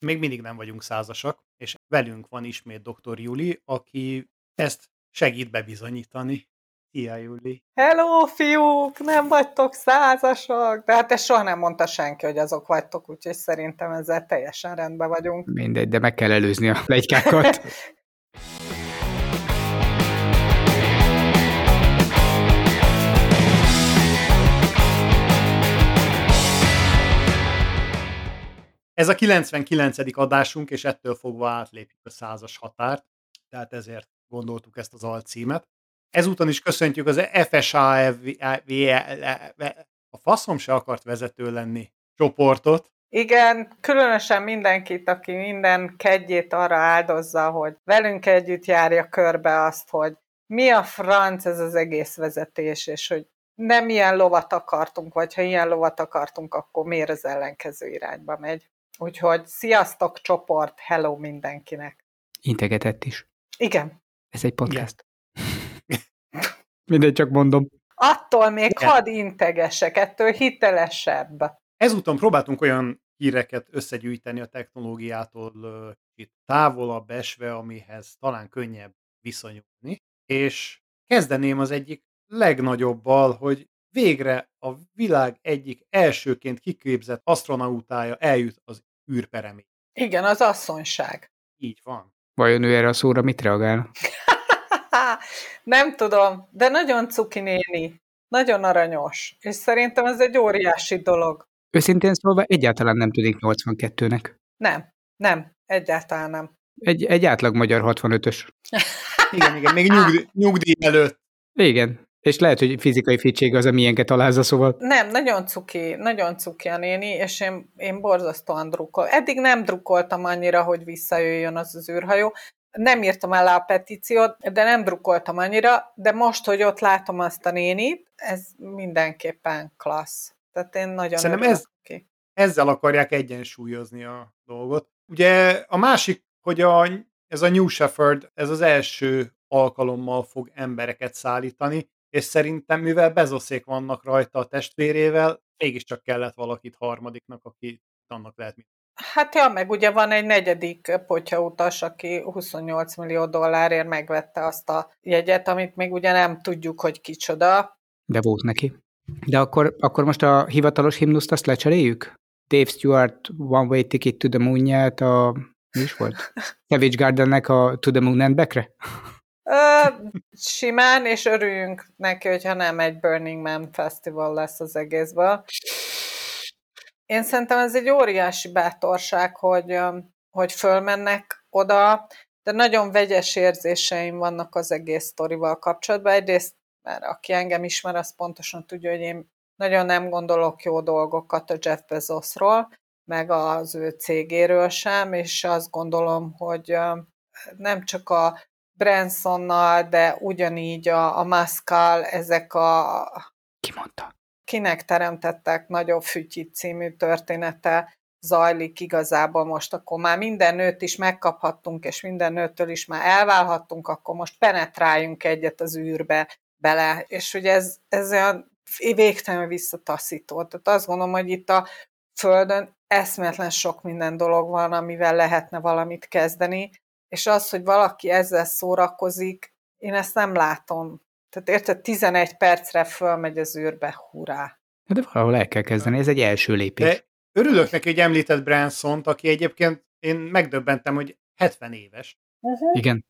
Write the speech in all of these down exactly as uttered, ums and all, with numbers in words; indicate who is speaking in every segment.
Speaker 1: még mindig nem vagyunk százasak, és velünk van ismét doktor Juli, aki ezt segít bebizonyítani. Szia, Juli!
Speaker 2: Hello, fiúk! Nem vagytok százasak! De hát ezt soha nem mondta senki, hogy azok vagytok, úgyhogy szerintem ezzel teljesen rendben vagyunk.
Speaker 3: Mindegy, de meg kell előzni a pletykákat.
Speaker 1: Ez a kilencvenkilencedik adásunk, és ettől fogva átlépjük a százas határt, tehát ezért gondoltuk ezt az alcímet. Ezúton is köszöntjük az ef es á ef, a faszom se akart vezető lenni, csoportot.
Speaker 2: Igen, különösen mindenkit, aki minden kedjét arra áldozza, hogy velünk együtt járja körbe azt, hogy mi a franc ez az egész vezetés, és hogy nem ilyen lovat akartunk, vagy ha ilyen lovat akartunk, akkor miért az ellenkező irányba megy. Úgyhogy sziasztok csoport, hello mindenkinek.
Speaker 3: Integetett is.
Speaker 2: Igen.
Speaker 3: Ez egy podcast. Mindegy, csak mondom.
Speaker 2: Attól még igen. Hadd integesek, ettől hitelesebb.
Speaker 1: Ezúton próbáltunk olyan híreket összegyűjteni a technológiától itt távolabb esve, amihez talán könnyebb viszonyulni, és kezdeném az egyik legnagyobbal, hogy végre a világ egyik elsőként kiképzett asztronautája eljut az űrperemig.
Speaker 2: Igen, az asszonyság.
Speaker 1: Így van.
Speaker 3: Vajon ő erre a szóra mit reagál?
Speaker 2: Nem tudom, de nagyon cuki néni. Nagyon aranyos. És szerintem ez egy óriási dolog.
Speaker 3: Őszintén szólva egyáltalán nem tűnik nyolcvankettőnek.
Speaker 2: Nem, nem, egyáltalán nem.
Speaker 3: Egy, egy átlag magyar hatvanötös.
Speaker 1: Igen, igen, még nyugdíj, nyugdíj előtt.
Speaker 3: Igen, és lehet, hogy fizikai fittség az, ami ilyenket alázza, szóval.
Speaker 2: Nem, nagyon cuki, nagyon cuki a néni, és én, én borzasztóan drukkol. Eddig nem drukkoltam annyira, hogy visszajöjjön az az űrhajó. Nem írtam el a petíciót, de nem drukkoltam annyira, de most, hogy ott látom azt a nénit, ez mindenképpen klassz. Tehát én nagyon
Speaker 1: Szerintem ez,
Speaker 2: ki.
Speaker 1: ezzel akarják egyensúlyozni a dolgot. Ugye a másik, hogy a, ez a New Shepard, ez az első alkalommal fog embereket szállítani, és szerintem, mivel Bezoszék vannak rajta a testvérével, mégiscsak kellett valakit harmadiknak, aki annak lehet mit.
Speaker 2: Hát ja, meg ugye van egy negyedik potyautas, aki huszonnyolc millió dollárért megvette azt a jegyet, amit még ugye nem tudjuk, hogy kicsoda.
Speaker 3: De volt neki. De akkor, akkor most a hivatalos himnuszt azt lecseréljük? Dave Stewart One Way Ticket to the Moon-ját a... mi is volt? Savage Gardennek a To the Moon and Back-re?
Speaker 2: Ö, simán, és örüljünk neki, hogyha nem egy Burning Man Festival lesz az egészből. Én szerintem ez egy óriási bátorság, hogy, hogy fölmennek oda, de nagyon vegyes érzéseim vannak az egész sztorival kapcsolatban. Egyrészt, mert aki engem ismer, az pontosan tudja, hogy én nagyon nem gondolok jó dolgokat a Jeff Bezosról, meg az ő cégéről sem, és azt gondolom, hogy nem csak a Bransonnal, de ugyanígy a, a Muskkal ezek a...
Speaker 3: Ki mondta?
Speaker 2: Kinek teremtettek nagyobb fütyit című története zajlik igazából most, akkor már minden nőt is megkaphattunk, és minden nőtől is már elválhattunk, akkor most penetráljunk egyet az űrbe bele, és ugye ez, ez olyan végtelenül visszataszító. Tehát azt gondolom, hogy itt a Földön eszméletlen sok minden dolog van, amivel lehetne valamit kezdeni, és az, hogy valaki ezzel szórakozik, én ezt nem látom. Tehát érted, tizenegy percre fölmegy az űrbe, hurrá.
Speaker 3: De valahol el kell kezdeni, ez egy első lépés.
Speaker 1: De örülök neki, hogy említett Bransont, aki egyébként én megdöbbentem, hogy hetven éves.
Speaker 2: Uh-huh.
Speaker 3: Igen.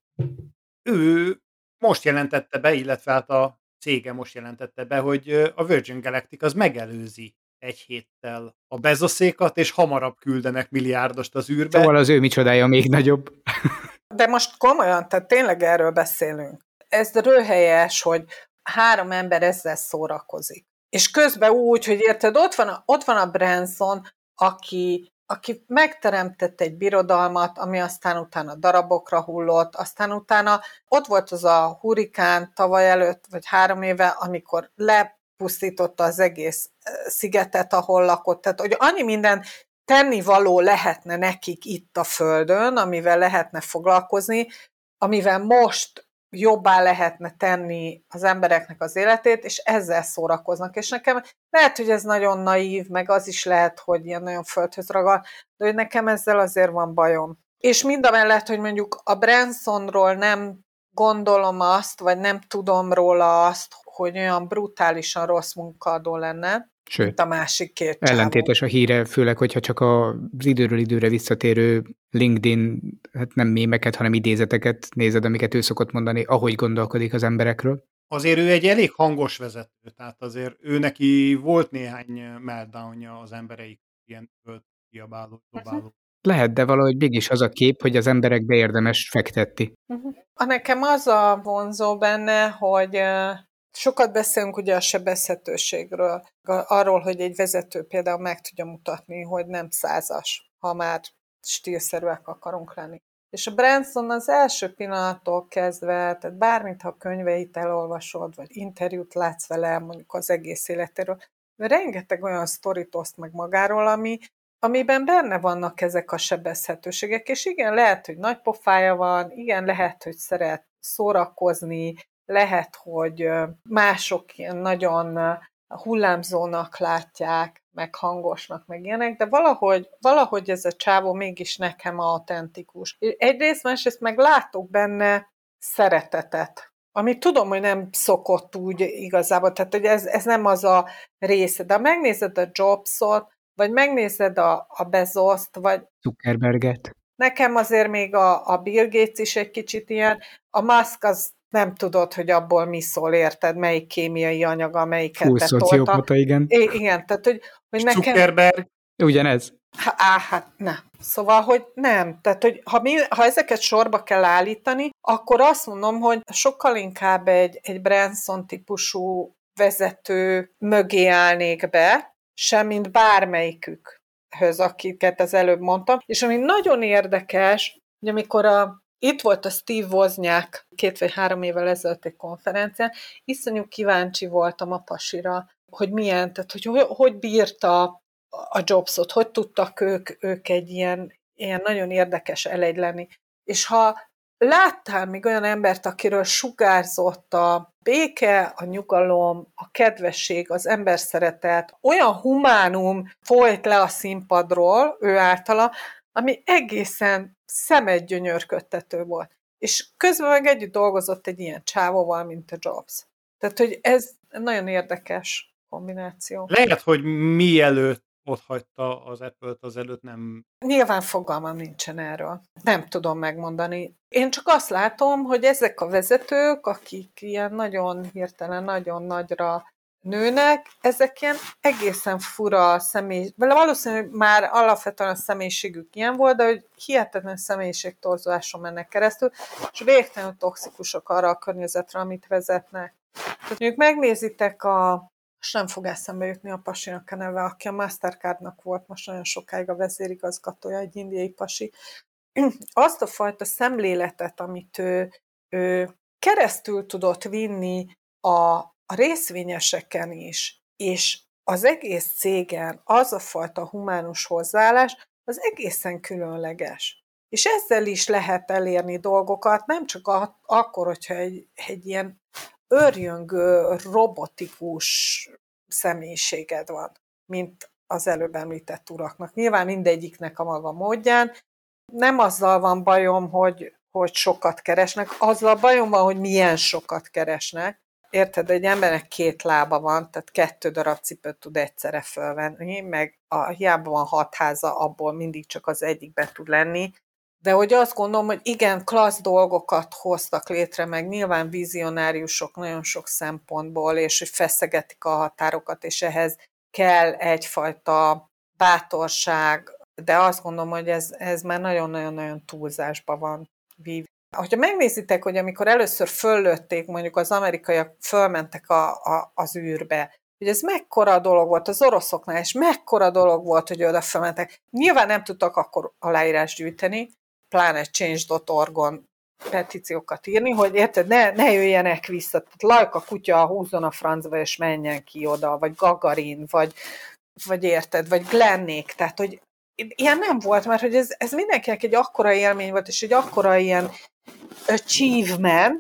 Speaker 1: Ő most jelentette be, illetve hát a cége most jelentette be, hogy a Virgin Galactic az megelőzi egy héttel a Bezoszékat, és hamarabb küldenek milliárdost az űrbe.
Speaker 3: Szóval az ő micsodája még nagyobb.
Speaker 2: De most komolyan, tehát tényleg erről beszélünk. Ez röhelyes, hogy három ember ezzel szórakozik. És közben úgy, hogy érted, ott van a, ott van a Branson, aki, aki megteremtett egy birodalmat, ami aztán utána darabokra hullott, aztán utána ott volt az a hurikán tavaly előtt, vagy három éve, amikor lepusztította az egész szigetet, ahol lakott. Tehát, hogy annyi minden tennivaló lehetne nekik itt a Földön, amivel lehetne foglalkozni, amivel most jobbá lehetne tenni az embereknek az életét, és ezzel szórakoznak. És nekem lehet, hogy ez nagyon naív, meg az is lehet, hogy ilyen nagyon földhöz ragad, de hogy nekem ezzel azért van bajom. És mindamellett, hogy mondjuk a Bransonról nem gondolom azt, vagy nem tudom róla azt, hogy olyan brutálisan rossz munkaadó lenne,
Speaker 3: Sőt,
Speaker 2: mint a másik két csávó.
Speaker 3: ellentétes a híre, főleg, hogyha csak az időről időre visszatérő LinkedIn, hát nem mémeket, hanem idézeteket nézed, amiket ő szokott mondani, ahogy gondolkodik az emberekről.
Speaker 1: Azért ő egy elég hangos vezető, tehát azért ő neki volt néhány meltdownja az embereik, ilyen kiabáló, dobáló.
Speaker 3: Lehet, de valahogy mégis az a kép, hogy az emberekbe érdemes fektetni.
Speaker 2: Uh-huh. A nekem az a vonzó benne, hogy sokat beszélünk ugye a sebezhetőségről, arról, hogy egy vezető például meg tudja mutatni, hogy nem százas, ha már stílszerűek akarunk lenni. És a Branson az első pillanattól kezdve, tehát bármint ha a könyveit elolvasod, vagy interjút látsz vele, mondjuk az egész életéről, rengeteg olyan sztorit oszt meg magáról, ami, amiben benne vannak ezek a sebezhetőségek, és igen, lehet, hogy nagy pofája van, igen, lehet, hogy szeret szórakozni, lehet, hogy mások ilyen nagyon hullámzónak látják, meg hangosnak, meg ilyenek, de valahogy, valahogy ez a csávó mégis nekem autentikus. Egyrészt, másrészt meg látok benne szeretetet, ami tudom, hogy nem szokott úgy igazából, tehát hogy ez, ez nem az a része, de ha megnézed a Jobsot, vagy megnézed a, a Bezoszt, vagy
Speaker 3: Zuckerberget.
Speaker 2: Nekem azért még a, a Bill Gates is egy kicsit ilyen, a Musk az nem tudod, hogy abból mi szól, érted, melyik kémiai anyaga, melyiket
Speaker 3: Full
Speaker 2: betolta.
Speaker 3: szociopata, igen.
Speaker 2: I- igen, tehát hogy, hogy nekem...
Speaker 1: Zuckerberg.
Speaker 3: Ugyanez.
Speaker 2: Á, hát nem. Szóval, hogy nem. Tehát, hogy ha, mi, ha ezeket sorba kell állítani, akkor azt mondom, hogy sokkal inkább egy, egy Branson típusú vezető mögé állnék be, sem mint bármelyikükhöz, akiket az előbb mondtam. És ami nagyon érdekes, hogy amikor a, itt volt a Steve Wozniak két vagy három évvel ezelőtt egy konferencián, iszonyú kíváncsi voltam a pasira, hogy milyen, tehát hogy hogy, hogy bírta a Jobsot, hogy tudtak ők, ők egy ilyen, ilyen nagyon érdekes elegy lenni. És ha láttál még olyan embert, akiről sugárzott a béke, a nyugalom, a kedvesség, az emberszeretet, olyan humánum folyt le a színpadról ő általa, ami egészen szemedgyönyörködtető volt. És közben meg együtt dolgozott egy ilyen csávóval, mint a Jobs. Tehát, hogy ez nagyon érdekes kombináció.
Speaker 1: Lehet, hogy mielőtt ott hagyta az Apple-t, azelőtt nem...
Speaker 2: Nyilván fogalmam nincsen erről. Nem tudom megmondani. Én csak azt látom, hogy ezek a vezetők, akik ilyen nagyon hirtelen, nagyon nagyra nőnek, ezek ilyen egészen fura személy... Valószínűleg már alapvetően a személyiségük ilyen volt, de hogy hihetetlen személyiségtorzuláson mennek keresztül, és végtelenül toxikusok arra a környezetre, amit vezetnek. Tehát mondjuk megnézitek a és nem fog eszembe jutni a pasinak a neve, aki a Mastercardnak volt most nagyon sokáig a vezérigazgatója, egy indiai pasi. Azt a fajta szemléletet, amit ő, ő keresztül tudott vinni a, a részvényeseken is, és az egész cégen az a fajta humánus hozzáállás, az egészen különleges. És ezzel is lehet elérni dolgokat, nem csak a, akkor, hogyha egy, egy ilyen örjöngő, robotikus személyiséged van, mint az előbb említett uraknak. Nyilván mindegyiknek a maga módján. Nem azzal van bajom, hogy, hogy sokat keresnek, azzal bajom van, hogy milyen sokat keresnek. Érted, egy embernek két lába van, tehát kettő darab cipőt tud egyszerre fölvenni, meg a, hiába van hat háza, abból mindig csak az egyikbe tud lenni. De hogy azt gondolom, hogy igen, klassz dolgokat hoztak létre, meg nyilván vizionáriusok nagyon sok szempontból, és hogy feszegetik a határokat, és ehhez kell egyfajta bátorság, de azt gondolom, hogy ez, ez már nagyon-nagyon-nagyon túlzásba van vívva. Ha megnézitek, hogy amikor először föllőtték, mondjuk az amerikaiak fölmentek a, a, az űrbe, hogy ez mekkora dolog volt az oroszoknál, és mekkora dolog volt, hogy oda fölmentek. Nyilván nem tudtak akkor aláírást gyűjteni, pláne change dot org-on petíciókat írni, hogy érted, ne, ne jöjjenek vissza, tehát Lajka kutya húzzon a francba, és menjen ki oda, vagy Gagarin, vagy, vagy érted, vagy Glennék, tehát, hogy ilyen nem volt, mert hogy ez, ez mindenkinek egy akkora élmény volt, és egy akkora ilyen achievement,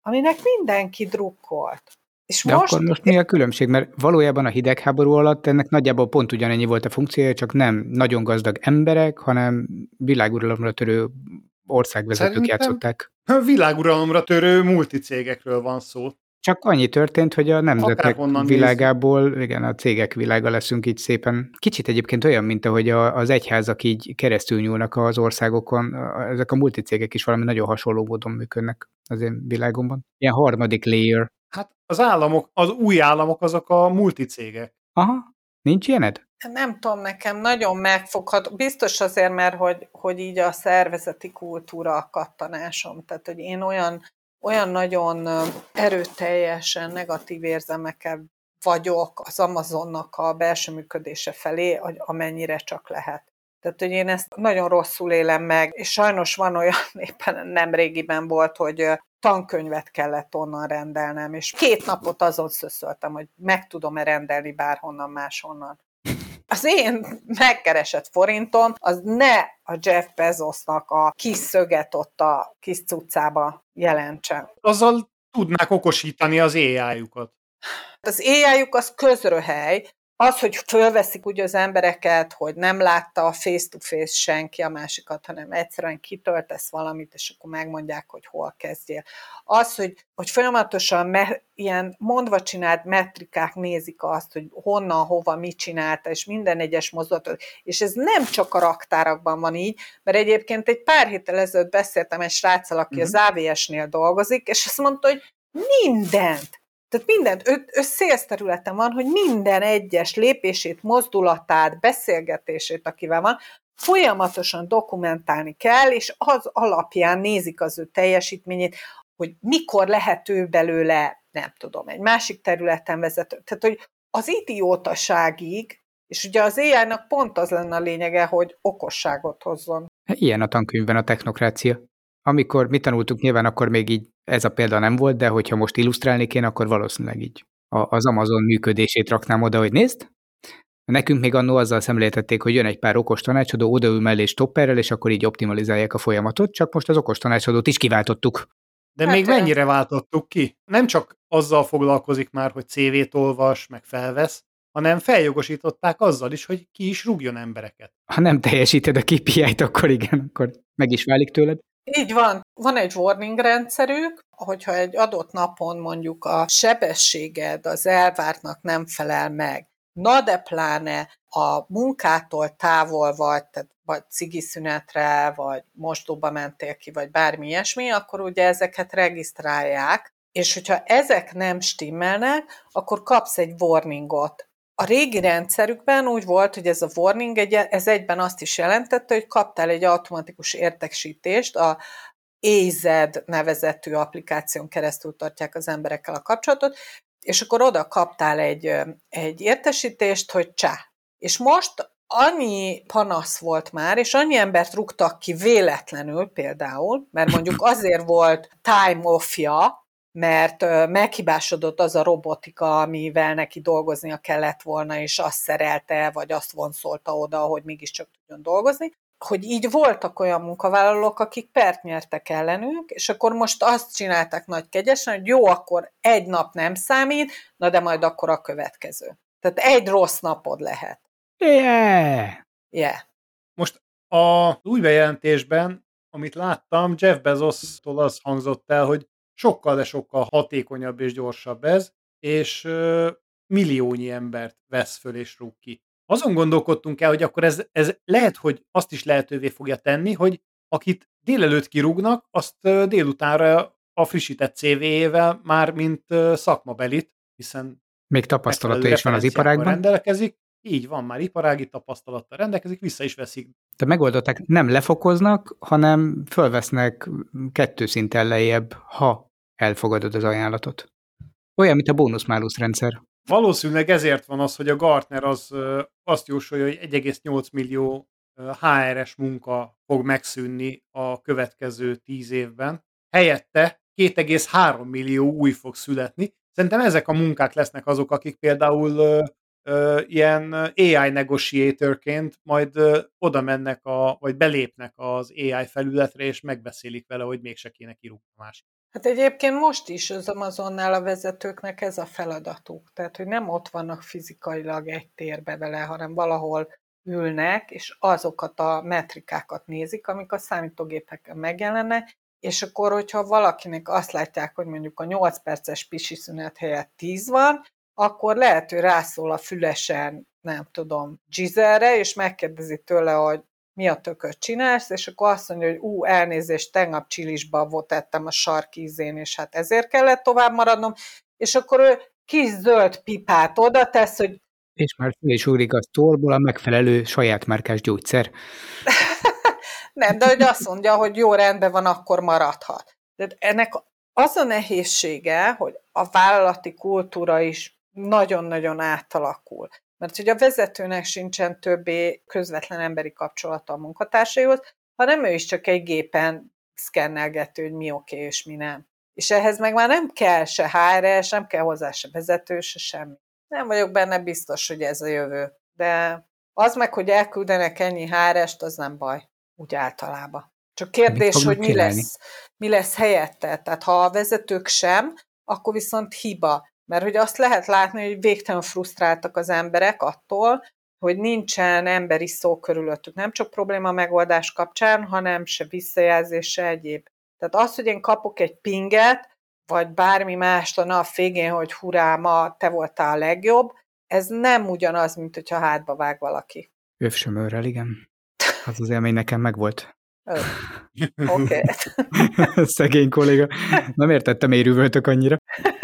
Speaker 2: aminek mindenki drukkolt. És
Speaker 3: De
Speaker 2: most...
Speaker 3: akkor most mi a különbség? Mert valójában a hidegháború alatt ennek nagyjából pont ugyanennyi volt a funkciója, csak nem nagyon gazdag emberek, hanem világuralomra törő országvezetők
Speaker 1: Szerintem
Speaker 3: játszották.
Speaker 1: világuralomra törő multicégekről van szó.
Speaker 3: Csak annyi történt, hogy a nemzetek
Speaker 1: Akárhonnan
Speaker 3: világából, igen, a cégek világa leszünk így szépen. Kicsit egyébként olyan, mint ahogy a, az egyházak így keresztül nyúlnak az országokon, ezek a multicégek is valami nagyon hasonló módon működnek az én világomban. Ilyen harmadik layer.
Speaker 1: Hát az államok, az új államok azok a multicégek.
Speaker 3: Aha, nincs ilyened?
Speaker 2: Nem tudom, nekem nagyon megfogható. Biztos azért, mert hogy, hogy így a szervezeti kultúra a kattanásom. Tehát, hogy én olyan, olyan nagyon erőteljesen negatív érzelmekkel vagyok az Amazonnak a belső működése felé, hogy amennyire csak lehet. Tehát, hogy én ezt nagyon rosszul élem meg, és sajnos van olyan, éppen nem régiben volt, hogy tankönyvet kellett onnan rendelnem, és két napot azon szöszöltem, hogy meg tudom-e rendelni bárhonnan máshonnan. Az én megkeresett forintom, az ne a Jeff Bezosnak a kis szöget ott a kis cuccába jelentsen.
Speaker 1: Azzal tudnák okosítani az á í-jukat.
Speaker 2: Az á í-juk az közröhely, az, hogy fölveszik úgy az embereket, hogy nem látta a face-to-face senki a másikat, hanem egyszerűen kitöltesz valamit, és akkor megmondják, hogy hol kezdjél. Az, hogy, hogy folyamatosan me, ilyen mondva csinált metrikák nézik azt, hogy honnan, hova, mit csinálta, és minden egyes mozdulat. És ez nem csak a raktárakban van így, mert egyébként egy pár héttel ezelőtt beszéltem egy sráccal, aki uh-huh. az á vé es-nél dolgozik, és azt mondta, hogy mindent, tehát mindent, ő, ő sales területen van, hogy minden egyes lépését, mozdulatát, beszélgetését, akivel van, folyamatosan dokumentálni kell, és az alapján nézik az ő teljesítményét, hogy mikor lehet ő belőle, nem tudom, egy másik területen vezető. Tehát, hogy az idiótaságig, és ugye az á í-nak pont az lenne a lényege, hogy okosságot hozzon.
Speaker 3: Ilyen a tankönyvben a technokrácia. Amikor mi tanultuk, nyilván akkor még így ez a példa nem volt, de hogyha most illusztrálni kéne, akkor valószínűleg így a, az Amazon működését raknám oda, hogy nézd, nekünk még annó azzal szemléltették, hogy jön egy pár okos tanácsadó, odaül mellé stopperrel, és akkor így optimalizálják a folyamatot, csak most az okos tanácsadót is kiváltottuk.
Speaker 1: De hát még olyan. Mennyire váltottuk ki? Nem csak azzal foglalkozik már, hogy cé vét olvas, meg felvesz, hanem feljogosították azzal is, hogy ki is rúgjon embereket.
Speaker 3: Ha nem teljesíted a ká pé í-t, akkor igen, akkor meg is válik tőled.
Speaker 2: Így van. Van egy warning rendszerük, hogyha egy adott napon mondjuk a sebességed az elvártnak nem felel meg, na de pláne a munkától távol vagy, tehát vagy cigiszünetre, vagy mosdóba mentél ki, vagy bármi ilyesmi, akkor ugye ezeket regisztrálják, és hogyha ezek nem stimmelnek, akkor kapsz egy warningot. A régi rendszerükben úgy volt, hogy ez a warning, ez egyben azt is jelentette, hogy kaptál egy automatikus értesítést, a á zed nevezetű applikáción keresztül tartják az emberekkel a kapcsolatot, és akkor oda kaptál egy, egy értesítést, hogy csá. És most annyi panasz volt már, és annyi embert rúgtak ki véletlenül például, mert mondjuk azért volt time off-ja, mert meghibásodott az a robotika, amivel neki dolgoznia kellett volna, és azt szerelte, vagy azt vonszolta oda, hogy mégiscsak tudjon dolgozni, hogy így voltak olyan munkavállalók, akik pert nyertek ellenük, és akkor most azt csinálták nagy kegyesen, hogy jó, akkor egy nap nem számít, na de majd akkor a következő. Tehát egy rossz napod lehet.
Speaker 3: Yeah!
Speaker 2: Yeah.
Speaker 1: Most az új bejelentésben, amit láttam, Jeff Bezostól az hangzott el, hogy sokkal, de sokkal hatékonyabb és gyorsabb ez, és ö, milliónyi embert vesz föl és rúg ki. Azon gondolkodtunk el, hogy akkor ez, ez lehet, hogy azt is lehetővé fogja tenni, hogy akit délelőtt kirúgnak, azt délutánra a frissített cé vé-jével már mint szakmabelit, hiszen
Speaker 3: még tapasztalata is van az iparágban.
Speaker 1: Rendelkezik, így van, már iparági tapasztalattal rendelkezik, vissza is veszik.
Speaker 3: De megoldották, nem lefokoznak, hanem fölvesznek kettő szinten lejjebb, ha elfogadod az ajánlatot. Olyan, mint a bónusz-málusz rendszer.
Speaker 1: Valószínűleg ezért van az, hogy a Gartner az azt jósolja, hogy egy egész nyolc millió há er es munka fog megszűnni a következő tíz évben. Helyette két egész három millió új fog születni. Szerintem ezek a munkák lesznek azok, akik például ö, ö, ilyen á i negotiatorként majd ö, oda mennek, a, vagy belépnek az á i felületre, és megbeszélik vele, hogy mégse kéne kirúgni a másik.
Speaker 2: Hát egyébként most is az Amazonnál a vezetőknek ez a feladatuk. Tehát, hogy nem ott vannak fizikailag egy térbe vele, hanem valahol ülnek, és azokat a metrikákat nézik, amik a számítógépeken megjelennek, és akkor, hogyha valakinek azt látják, hogy mondjuk a nyolc perces pisi szünet helyett tíz van, akkor lehet, hogy rászól a fülesen, nem tudom, Gizerre, és megkérdezi tőle, hogy mi a tököt csinálsz, és akkor azt mondja, hogy ú, elnézést, tegnap csilisbabot ettem a sarkízén, és hát ezért kellett tovább maradnom, és akkor ő kis zöld pipát oda tesz, hogy
Speaker 3: és már fel is ugrik a sztorból a megfelelő saját márkás gyógyszer.
Speaker 2: nem, de hogy azt mondja, hogy jó, rendben van, akkor maradhat. De ennek az a nehézsége, hogy a vállalati kultúra is nagyon-nagyon átalakul. Mert hogy a vezetőnek sincsen többé közvetlen emberi kapcsolata a munkatársaihoz, hanem ő is csak egy gépen szkennelgető, hogy mi oké és mi nem. És ehhez meg már nem kell se há er es, nem kell hozzá se vezető, se semmi. Nem vagyok benne biztos, hogy ez a jövő. De az meg, hogy elküldenek ennyi há er est, az nem baj. Úgy általában. Csak kérdés, hogy mi lesz, mi lesz helyette. Tehát ha a vezetők sem, akkor viszont hiba. Mert hogy azt lehet látni, hogy végtelen frusztráltak az emberek attól, hogy nincsen emberi szó körülöttük. Nem csak probléma megoldás kapcsán, hanem se visszajelzés, se egyéb. Tehát az, hogy én kapok egy pinget, vagy bármi más a nap végén, hogy hurrá, ma te voltál a legjobb, ez nem ugyanaz, mint hogyha hátba vág valaki.
Speaker 3: Övsömörrel, igen. Az az élmény nekem megvolt.
Speaker 2: Oké.
Speaker 3: Okay. Szegény kolléga. Nem értettem, miért üvöltök annyira.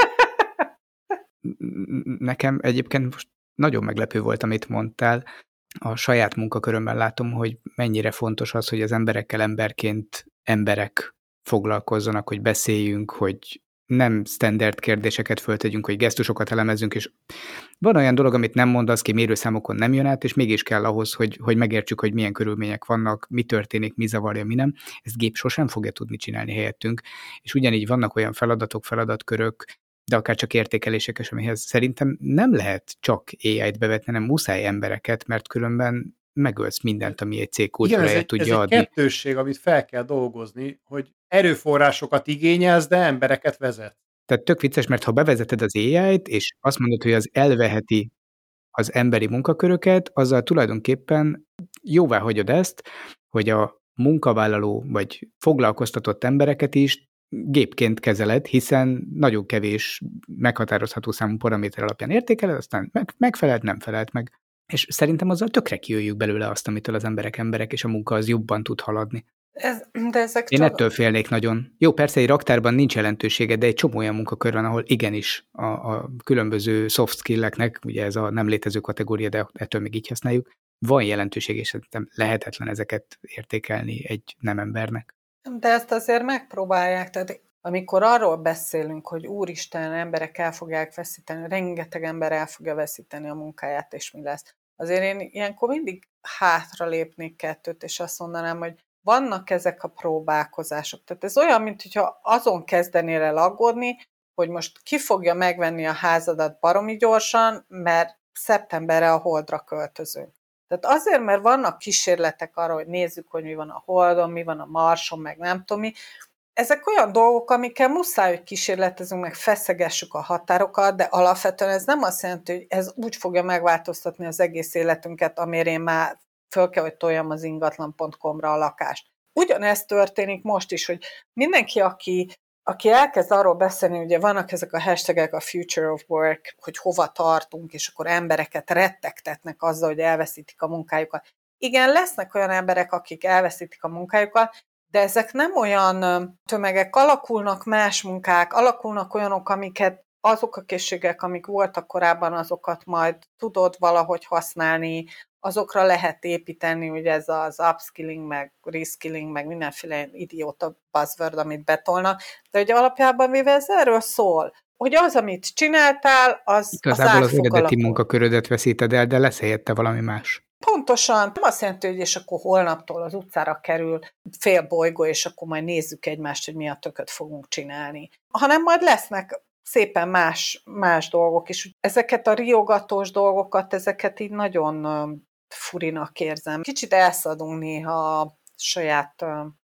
Speaker 3: Nekem egyébként most nagyon meglepő volt, amit mondtál. A saját munkakörömben látom, hogy mennyire fontos az, hogy az emberekkel emberként emberek foglalkozzanak, hogy beszéljünk, hogy nem standard kérdéseket föltegyünk, hogy gesztusokat elemezzünk, és van olyan dolog, amit nem mondasz ki, mérőszámokon nem jön át, és mégis kell ahhoz, hogy, hogy megértsük, hogy milyen körülmények vannak, mi történik, mi zavarja, mi nem. Ezt gép sosem fogja tudni csinálni helyettünk, és ugyanígy vannak olyan feladatok, feladatkörök, de akár csak értékelések is, amihez szerintem nem lehet csak á í-t bevetni, hanem muszáj embereket, mert különben megölsz mindent, ami egy cég kultúráját tudja
Speaker 1: ez egy
Speaker 3: adni.
Speaker 1: Ez egy kettősség, amit fel kell dolgozni, hogy erőforrásokat igényelsz, de embereket vezet.
Speaker 3: Tehát tök vicces, mert ha bevezeted az á í-t, és azt mondod, hogy az elveheti az emberi munkaköröket, azzal tulajdonképpen jóvá hagyod ezt, hogy a munkavállaló vagy foglalkoztatott embereket is gépként kezeled, hiszen nagyon kevés meghatározható számú paraméter alapján értékeled, aztán megfelelt, nem felelt meg. És szerintem azzal tökre kijöjjük belőle azt, amitől az emberek emberek, és a munka az jobban tud haladni.
Speaker 2: Ez, de ezek
Speaker 3: Én
Speaker 2: csak...
Speaker 3: ettől félnék nagyon. Jó, persze egy raktárban nincs jelentősége, de egy csomó olyan munkakör van, ahol igenis a, a különböző soft skill-eknek, ugye ez a nem létező kategória, de ettől még így használjuk, van jelentőség, és szerintem lehetetlen ezeket értékelni egy nem embernek.
Speaker 2: De ezt azért megpróbálják, tehát amikor arról beszélünk, hogy úristen, emberek el fogják veszíteni, rengeteg ember el fogja veszíteni a munkáját, és mi lesz. Azért én ilyenkor mindig hátra lépnék kettőt, és azt mondanám, hogy vannak ezek a próbálkozások. Tehát ez olyan, mintha azon kezdenél el aggódni, hogy most ki fogja megvenni a házadat baromi gyorsan, mert szeptemberre a Holdra költözünk. Tehát azért, mert vannak kísérletek arra, hogy nézzük, hogy mi van a Holdon, mi van a Marson, meg nem tudom mi. Ezek olyan dolgok, amikkel muszáj, hogy kísérletezünk, meg feszegessük a határokat, de alapvetően ez nem azt jelenti, hogy ez úgy fogja megváltoztatni az egész életünket, amire én már föl kell, hogy toljam az ingatlan pont com-ra a lakást. Ugyanezt történik most is, hogy mindenki, aki, aki elkezd arról beszélni, ugye vannak ezek a hashtagek, a future of work, hogy hova tartunk, és akkor embereket rettegtetnek azzal, hogy elveszítik a munkájukat. Igen, lesznek olyan emberek, akik elveszítik a munkájukat, de ezek nem olyan tömegek, alakulnak más munkák, alakulnak olyanok, amiket azok a készségek, amik voltak korábban, azokat majd tudod valahogy használni, azokra lehet építeni, ugye ez az upskilling, meg reskilling, meg mindenféle idióta buzzword, amit betolnak, de ugye alapjában véve ez erről szól, hogy az, amit csináltál, az
Speaker 3: igazából
Speaker 2: az,
Speaker 3: az eredeti munkakörödet veszíted el, de lesz helyette valami más.
Speaker 2: Pontosan. Nem azt jelenti, hogy és akkor holnaptól az utcára kerül fél bolygó, és akkor majd nézzük egymást, hogy mi a tököt fogunk csinálni. Hanem majd lesznek szépen más, más dolgok is. Ezeket a riogatós dolgokat, ezeket így nagyon furinak érzem. Kicsit elszadunk néha a saját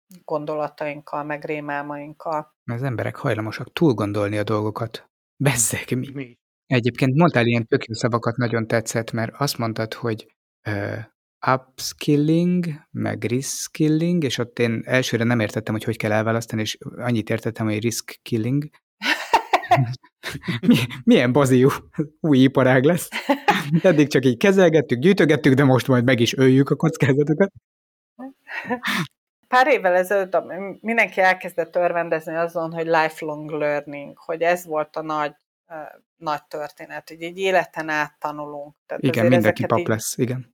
Speaker 2: gondolatainkkal, meg rémálmainkkal.
Speaker 3: Az emberek hajlamosak túl gondolni a dolgokat. Bezzeg mi.
Speaker 1: Mi?
Speaker 3: Egyébként mondtál ilyen tök jó szavakat, nagyon tetszett, mert azt mondtad, hogy uh, upskilling, meg reskilling, és ott én elsőre nem értettem, hogy hogy kell elválasztani, és annyit értettem, hogy riskkilling. Milyen baziú új iparág lesz. Eddig csak így kezelgettük, gyűjtögettük, de most majd meg is öljük a kockázatokat.
Speaker 2: Pár évvel ezelőtt mindenki elkezdett örvendezni azon, hogy lifelong learning, hogy ez volt a nagy, uh, nagy történet, hogy egy életen át tanulunk. Tehát
Speaker 3: igen, mindenki pap így... lesz, igen.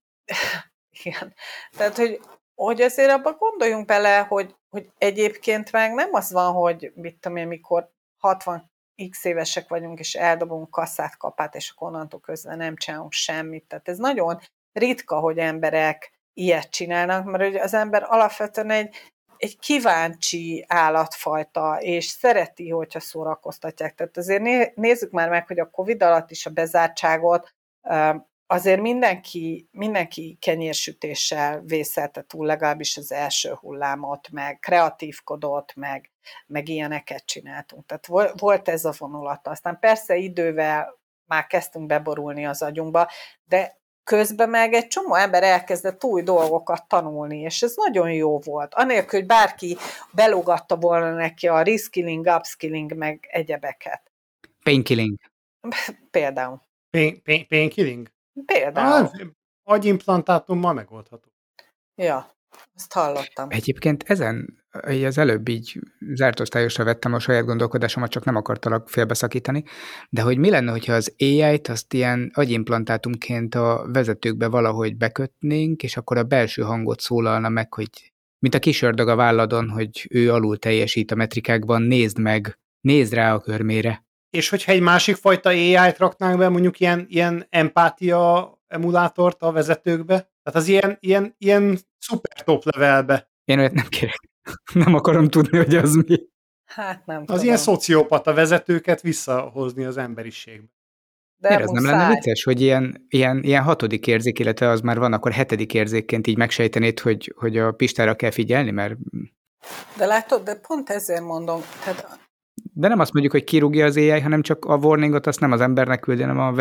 Speaker 2: Igen. Tehát, hogy, hogy azért abba gondoljunk bele, hogy, hogy egyébként meg nem az van, hogy mit tudom én, mikor hatvan x évesek vagyunk, és eldobunk kasszát, kapát, és akkor onnantól közben nem csinálunk semmit. Tehát ez nagyon ritka, hogy emberek ilyet csinálnak, mert hogy az ember alapvetően egy, egy kíváncsi állatfajta, és szereti, hogyha szórakoztatják. Tehát azért nézzük már meg, hogy a Covid alatt is a bezártságot azért mindenki, mindenki kenyérsütéssel vészelte túl, legalábbis az első hullámot, meg kreatívkodott, meg, meg ilyeneket csináltunk. Tehát volt ez a vonulata. Aztán persze idővel már kezdtünk beborulni az agyunkba, de közben meg egy csomó ember elkezdett új dolgokat tanulni, és ez nagyon jó volt. Anélkül, hogy bárki belógatta volna neki a reskilling, upskilling, meg egyebeket.
Speaker 3: Painkilling.
Speaker 2: Például.
Speaker 1: Pain, pain, painkilling?
Speaker 2: Például.
Speaker 1: Ah, agyimplantátummal megoldható.
Speaker 2: Ja, azt hallottam.
Speaker 3: Egyébként ezen, így az előbb így zárt osztályosra vettem a saját gondolkodásomat, csak nem akartalak félbeszakítani, de hogy mi lenne, hogyha az á í-t azt ilyen agyimplantátumként a vezetőkbe valahogy bekötnénk, és akkor a belső hangot szólalna meg, hogy mint a kis ördög a válladon, hogy ő alul teljesít a metrikákban, nézd meg, nézd rá a körmére.
Speaker 1: És hogyha egy másik fajta á í-t raknánk be, mondjuk ilyen, ilyen empátia emulátort a vezetőkbe, tehát az ilyen, ilyen, ilyen szuper top levelbe.
Speaker 3: Én olyat nem kérek. Nem akarom tudni, hogy az mi.
Speaker 2: Hát nem
Speaker 1: Az
Speaker 2: tudom.
Speaker 1: ilyen szociopata vezetőket visszahozni az emberiségbe.
Speaker 3: De Miért, az nem lenne vicces, hogy ilyen, ilyen, ilyen hatodik érzék, illetve az már van, akkor hetedik érzékként így megsejtenéd, hogy, hogy a Pistára kell figyelni, mert...
Speaker 2: De látod, de pont ezért mondom, tehát...
Speaker 3: De nem azt mondjuk, hogy kirúgja az á í, hanem csak a warningot azt nem az embernek küldi, hanem a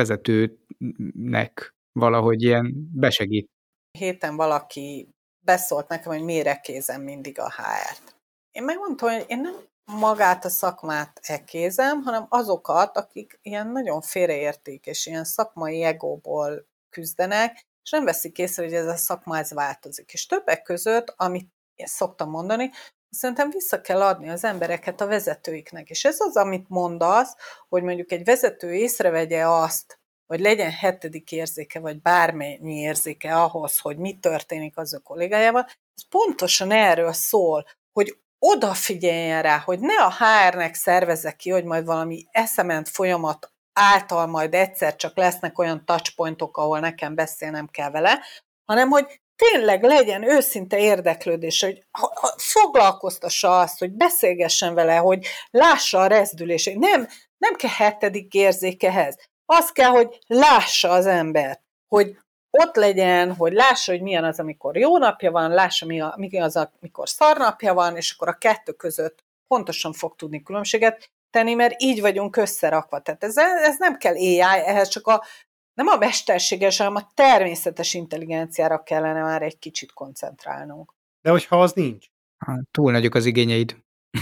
Speaker 3: vezetőnek valahogy ilyen besegít.
Speaker 2: Héten valaki beszólt nekem, hogy miért ekézem mindig a há er-t. Én megmondtam, hogy én nem magát a szakmát ekézem, hanem azokat, akik ilyen nagyon félreérték, és ilyen szakmai egóból küzdenek, és nem veszik észre, hogy ez a szakma ez változik. És többek között, amit én szoktam mondani, szerintem vissza kell adni az embereket a vezetőiknek. És ez az, amit mondasz, hogy mondjuk egy vezető észrevegye azt, hogy legyen hetedik érzéke, vagy bármennyi érzéke ahhoz, hogy mi történik az ő kollégájával, ez pontosan erről szól, hogy odafigyeljen rá, hogy ne a há er-nek szervezze ki, hogy majd valami eszement folyamat által majd egyszer csak lesznek olyan touchpointok, ahol nekem beszélnem kell vele, hanem hogy tényleg legyen őszinte érdeklődés, hogy foglalkoztassa azt, hogy beszélgessen vele, hogy lássa a rezdülését. Nem, nem kell hetedik érzékehez. Az kell, hogy lássa az ember, hogy ott legyen, hogy lássa, hogy milyen az, amikor jó napja van, lássa, mi az, amikor szar napja van, és akkor a kettő között pontosan fog tudni különbséget tenni, mert így vagyunk összerakva. Tehát ez, ez nem kell á í, ehhez csak a, nem a mesterséges, hanem a természetes intelligenciára kellene már egy kicsit koncentrálnunk.
Speaker 1: De hogyha az nincs?
Speaker 3: Túl nagyok az igényeid.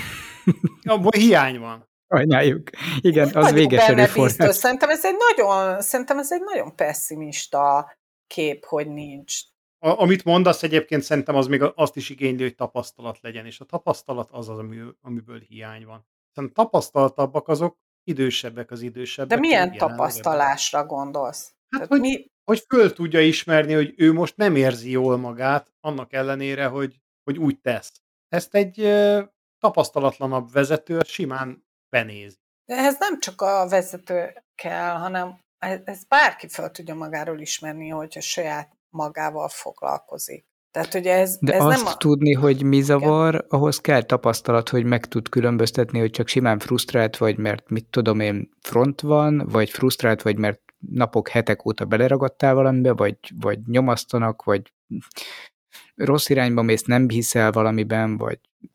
Speaker 1: Abból hiány van.
Speaker 3: Sajnáljuk. Igen, az véges erőforrás.
Speaker 2: Szerintem ez egy nagyon, szerintem ez egy nagyon pesszimista kép, hogy nincs.
Speaker 1: A, amit mondasz egyébként, szerintem az még azt is igényli, hogy tapasztalat legyen, és a tapasztalat az az, amiből hiány van. Szerintem tapasztaltabbak azok, idősebbek az idősebbek.
Speaker 2: De milyen tapasztalásra gondolsz?
Speaker 1: Hát, hogy, mi... hogy föl tudja ismerni, hogy ő most nem érzi jól magát, annak ellenére, hogy, hogy úgy tesz. Ezt egy uh, tapasztalatlanabb vezető simán benézi.
Speaker 2: De ehhez nem csak a vezető kell, hanem ez bárki fel tudja magáról ismerni, hogyha saját magával foglalkozik. Tehát, hogy ez,
Speaker 3: De
Speaker 2: ez
Speaker 3: azt
Speaker 2: nem a...
Speaker 3: tudni, hogy mi zavar, igen, ahhoz kell tapasztalat, hogy meg tud különböztetni, hogy csak simán frusztrált vagy, mert mit tudom én, front van, vagy frusztrált vagy, mert napok, hetek óta beleragadtál valamibe, vagy, vagy nyomasztanak, vagy rossz irányba mész, nem hiszel valamiben, vagy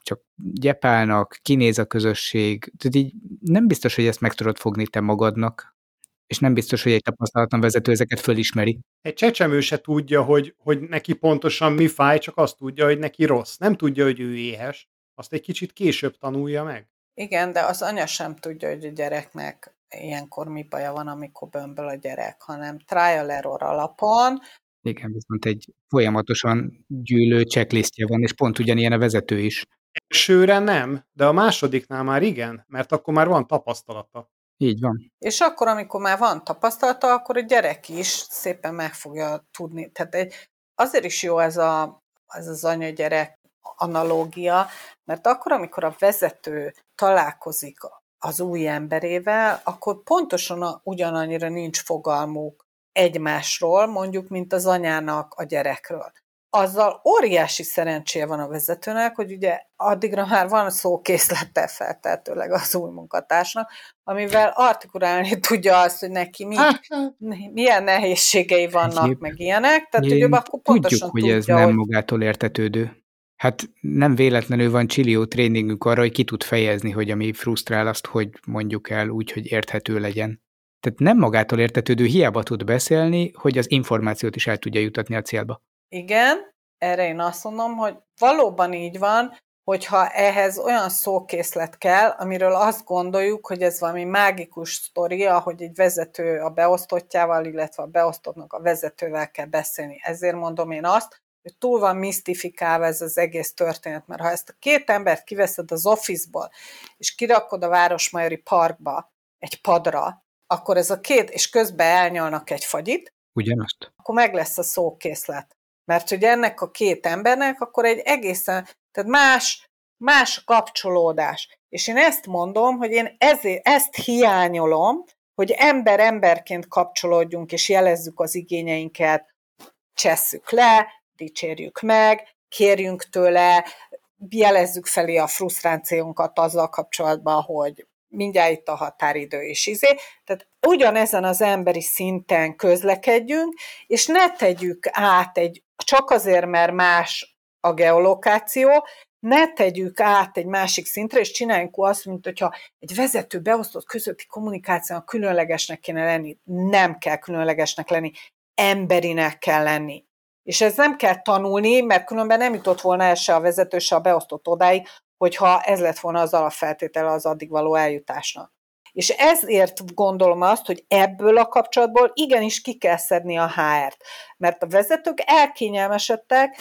Speaker 3: csak gyepálnak, kinéz a közösség, tehát így nem biztos, hogy ezt meg tudod fogni te magadnak, és nem biztos, hogy egy tapasztalatlan vezető ezeket fölismeri.
Speaker 1: Egy csecsemő se tudja, hogy, hogy neki pontosan mi fáj, csak azt tudja, hogy neki rossz. Nem tudja, hogy ő éhes. Azt egy kicsit később tanulja meg.
Speaker 2: Igen, de az anya sem tudja, hogy a gyereknek ilyenkor mi baja van, amikor bömböl a gyerek, hanem trial error alapon.
Speaker 3: Igen, viszont egy folyamatosan gyűlő checklistje van, és pont ugyanilyen a vezető is.
Speaker 1: Elsőre nem, de a másodiknál már igen, mert akkor már van tapasztalata.
Speaker 3: Így van.
Speaker 2: És akkor, amikor már van tapasztalata, akkor a gyerek is szépen meg fogja tudni. Tehát egy, azért is jó ez, a, ez az anya-gyerek analógia, mert akkor, amikor a vezető találkozik az új emberével, akkor pontosan a, ugyanannyira nincs fogalmuk egymásról, mondjuk, mint az anyának a gyerekről. Azzal óriási szerencséje van a vezetőnek, hogy ugye addigra már van szókészlettel feltehetőleg az új munkatársnak, amivel artikulálni tudja azt, hogy neki mi, milyen nehézségei vannak,
Speaker 3: Egyéb,
Speaker 2: meg ilyenek, tehát hogy ő akkor pontosan
Speaker 3: tudjuk, hogy
Speaker 2: tudja,
Speaker 3: ez nem
Speaker 2: hogy...
Speaker 3: magától értetődő. Hát nem véletlenül van csillió tréningünk arra, hogy ki tud fejezni, hogy ami frusztrál azt, hogy mondjuk el úgy, hogy érthető legyen. Tehát nem magától értetődő, hiába tud beszélni, hogy az információt is el tudja jutatni a célba.
Speaker 2: Igen, erre én azt mondom, hogy valóban így van, hogyha ehhez olyan szókészlet kell, amiről azt gondoljuk, hogy ez valami mágikus sztori, ahogy egy vezető a beosztottjával, illetve a beosztottnak a vezetővel kell beszélni. Ezért mondom én azt, hogy túl van misztifikálva ez az egész történet, mert ha ezt a két embert kiveszed az office-ból, és kirakod a Városmajori Parkba egy padra, akkor ez a két, és közben elnyalnak egy fagyit,
Speaker 3: ugyanazt,
Speaker 2: akkor meg lesz a szókészlet. Mert hogy ennek a két embernek akkor egy egészen, tehát más, más kapcsolódás. És én ezt mondom, hogy én ezért, ezt hiányolom, hogy ember-emberként kapcsolódjunk, és jelezzük az igényeinket, csesszük le, dicsérjük meg, kérjünk tőle, jelezzük felé a frusztrációnkat azzal kapcsolatban, hogy mindjárt itt a határidő is izé. Tehát ugyanezen az emberi szinten közlekedjünk, és ne tegyük át egy, csak azért, mert más a geolokáció, ne tegyük át egy másik szintre, és csináljunk azt, mint hogyha egy vezető beosztott közötti kommunikációnak különlegesnek kéne lenni. Nem kell különlegesnek lenni, emberinek kell lenni. És ez nem kell tanulni, mert különben nem jutott volna el se a vezető, se a beosztott odáig, hogyha ez lett volna az alapfeltétele az addig való eljutásnak. És ezért gondolom azt, hogy ebből a kapcsolatból igenis ki kell szedni a há er-t. Mert a vezetők elkényelmesedtek,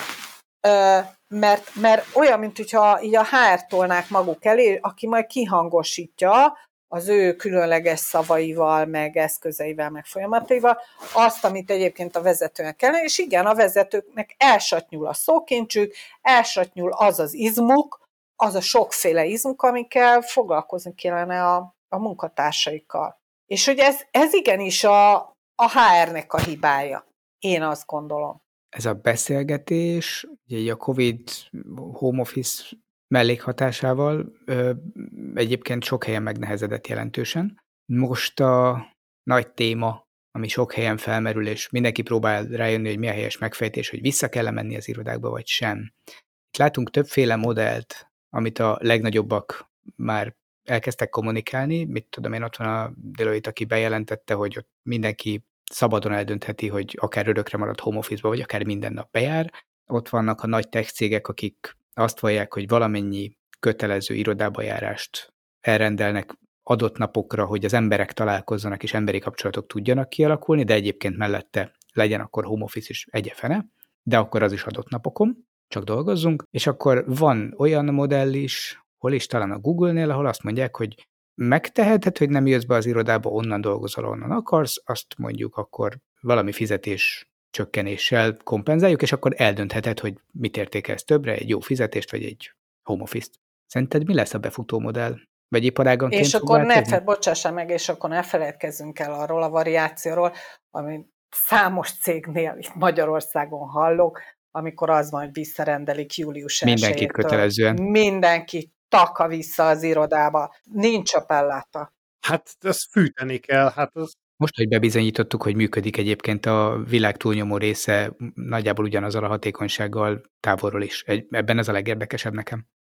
Speaker 2: mert, mert olyan, mint hogyha így a há er-t tolnák maguk elé, aki majd kihangosítja az ő különleges szavaival, meg eszközeivel, meg folyamataival, azt, amit egyébként a vezetőnek kellene, és igen, a vezetőknek elsatnyul a szókincsük, elsatnyul az az izmuk, az a sokféle izmuk, amikkel foglalkozni kellene a, a munkatársaikkal. És hogy ez, ez igenis a, a há er-nek a hibája. Én azt gondolom.
Speaker 3: Ez a beszélgetés, ugye a Covid home office mellékhatásával ö, egyébként sok helyen megnehezedett jelentősen. Most a nagy téma, ami sok helyen felmerül, és mindenki próbál rájönni, hogy mi a helyes megfejtés, hogy vissza kell menni az irodákba, vagy sem. Itt látunk többféle modellt, amit a legnagyobbak már elkezdtek kommunikálni. Mit tudom én, ott van a Deloitte, aki bejelentette, hogy ott mindenki szabadon eldöntheti, hogy akár örökre marad home office-ba, vagy akár minden nap bejár. Ott vannak a nagy tech cégek, akik azt vallják, hogy valamennyi kötelező irodába járást elrendelnek adott napokra, hogy az emberek találkozzanak, és emberi kapcsolatok tudjanak kialakulni, de egyébként mellette legyen akkor home office is egyefene, de akkor az is adott napokon, csak dolgozzunk. És akkor van olyan modell is, hol is talán a Google-nél, ahol azt mondják, hogy megteheted, hogy nem jössz be az irodába, onnan dolgozol, onnan akarsz, azt mondjuk akkor valami fizetés csökkenéssel kompenzáljuk, és akkor eldöntheted, hogy mit értékelsz többre, egy jó fizetést, vagy egy home office-t. Szerinted mi lesz a befutó modell? Vagy iparáganként
Speaker 2: És akkor ne fel, bocsássál meg, és akkor ne feledkezzünk el arról a variációról, ami számos cégnél itt Magyarországon hallok, amikor az van, hogy visszarendelik július elsejétől.
Speaker 3: Mindenkit kötelezően.
Speaker 2: Mindenki taka vissza az irodába. Nincs a pelláta.
Speaker 1: Hát ezt fűteni kell. Hát az...
Speaker 3: Most, hogy bebizonyítottuk, hogy működik egyébként a világ túlnyomó része, nagyjából ugyanazzal a hatékonysággal távolról is. Egy, ebben ez a legérdekesebb nekem.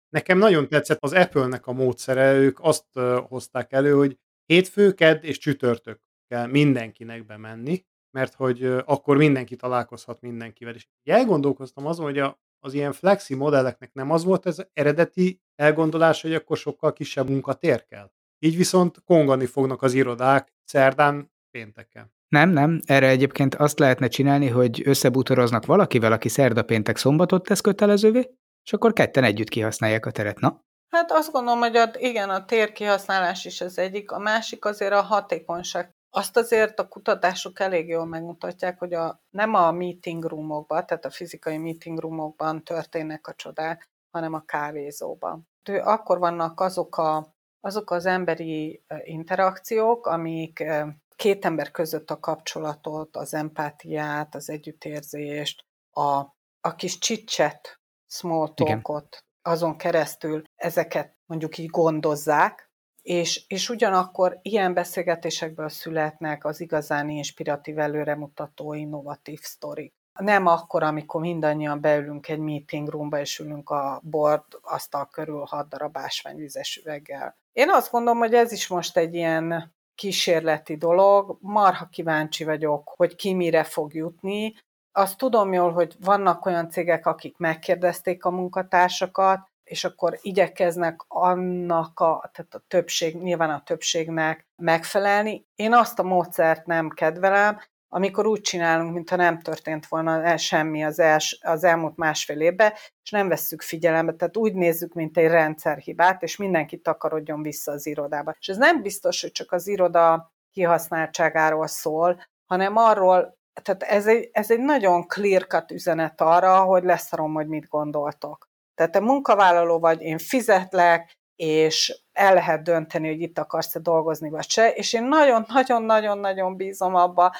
Speaker 1: Nekem nagyon tetszett az Apple-nek a módszere, ők azt hozták elő, hogy hétfő, kedd és csütörtök kell mindenkinek bemenni, mert hogy akkor mindenki találkozhat mindenkivel. És elgondolkoztam azon, hogy a, az ilyen flexi modelleknek nem az volt ez eredeti elgondolás, hogy akkor sokkal kisebb munkatér kell. Így viszont kongani fognak az irodák szerdán, pénteken.
Speaker 3: Nem, nem, erre egyébként azt lehetne csinálni, hogy összebútoroznak valakivel, aki szerda, péntek, szombatot tesz kötelezővé, és akkor ketten együtt kihasználják a teret, na?
Speaker 2: Hát azt gondolom, hogy a, igen, a térkihasználás is az egyik, a másik azért a hatékonyság. Azt azért a kutatások elég jól megmutatják, hogy a, nem a meeting roomokban, tehát a fizikai meeting roomokban történnek a csodák, hanem a kávézóban. Akkor vannak azok, a, azok az emberi interakciók, amik két ember között a kapcsolatot, az empátiát, az együttérzést, a, a kis chit-chat, small talkot, azon keresztül ezeket mondjuk így gondozzák, és, és ugyanakkor ilyen beszélgetésekből születnek az igazán inspiratív, előremutató, innovatív sztorik. Nem akkor, amikor mindannyian beülünk egy meeting roomba, és ülünk a board asztal körül hat darab ásványvizes üveggel. Én azt gondolom, hogy ez is most egy ilyen kísérleti dolog, marha kíváncsi vagyok, hogy ki mire fog jutni. Azt tudom jól, hogy vannak olyan cégek, akik megkérdezték a munkatársakat, és akkor igyekeznek annak a, tehát a többség, nyilván a többségnek megfelelni. Én azt a módszert nem kedvelem, amikor úgy csinálunk, mintha nem történt volna semmi az, els, az elmúlt másfél évben, és nem vesszük figyelembe, tehát úgy nézzük, mint egy rendszerhibát, és mindenki takarodjon vissza az irodába. És ez nem biztos, hogy csak az iroda kihasználtságáról szól, hanem arról, tehát ez egy, ez egy nagyon clear-cut üzenet arra, hogy leszarom, hogy mit gondoltok. Tehát te munkavállaló vagy, én fizetlek, és el lehet dönteni, hogy itt akarsz-e dolgozni, vagy se, és én nagyon-nagyon-nagyon-nagyon bízom abba,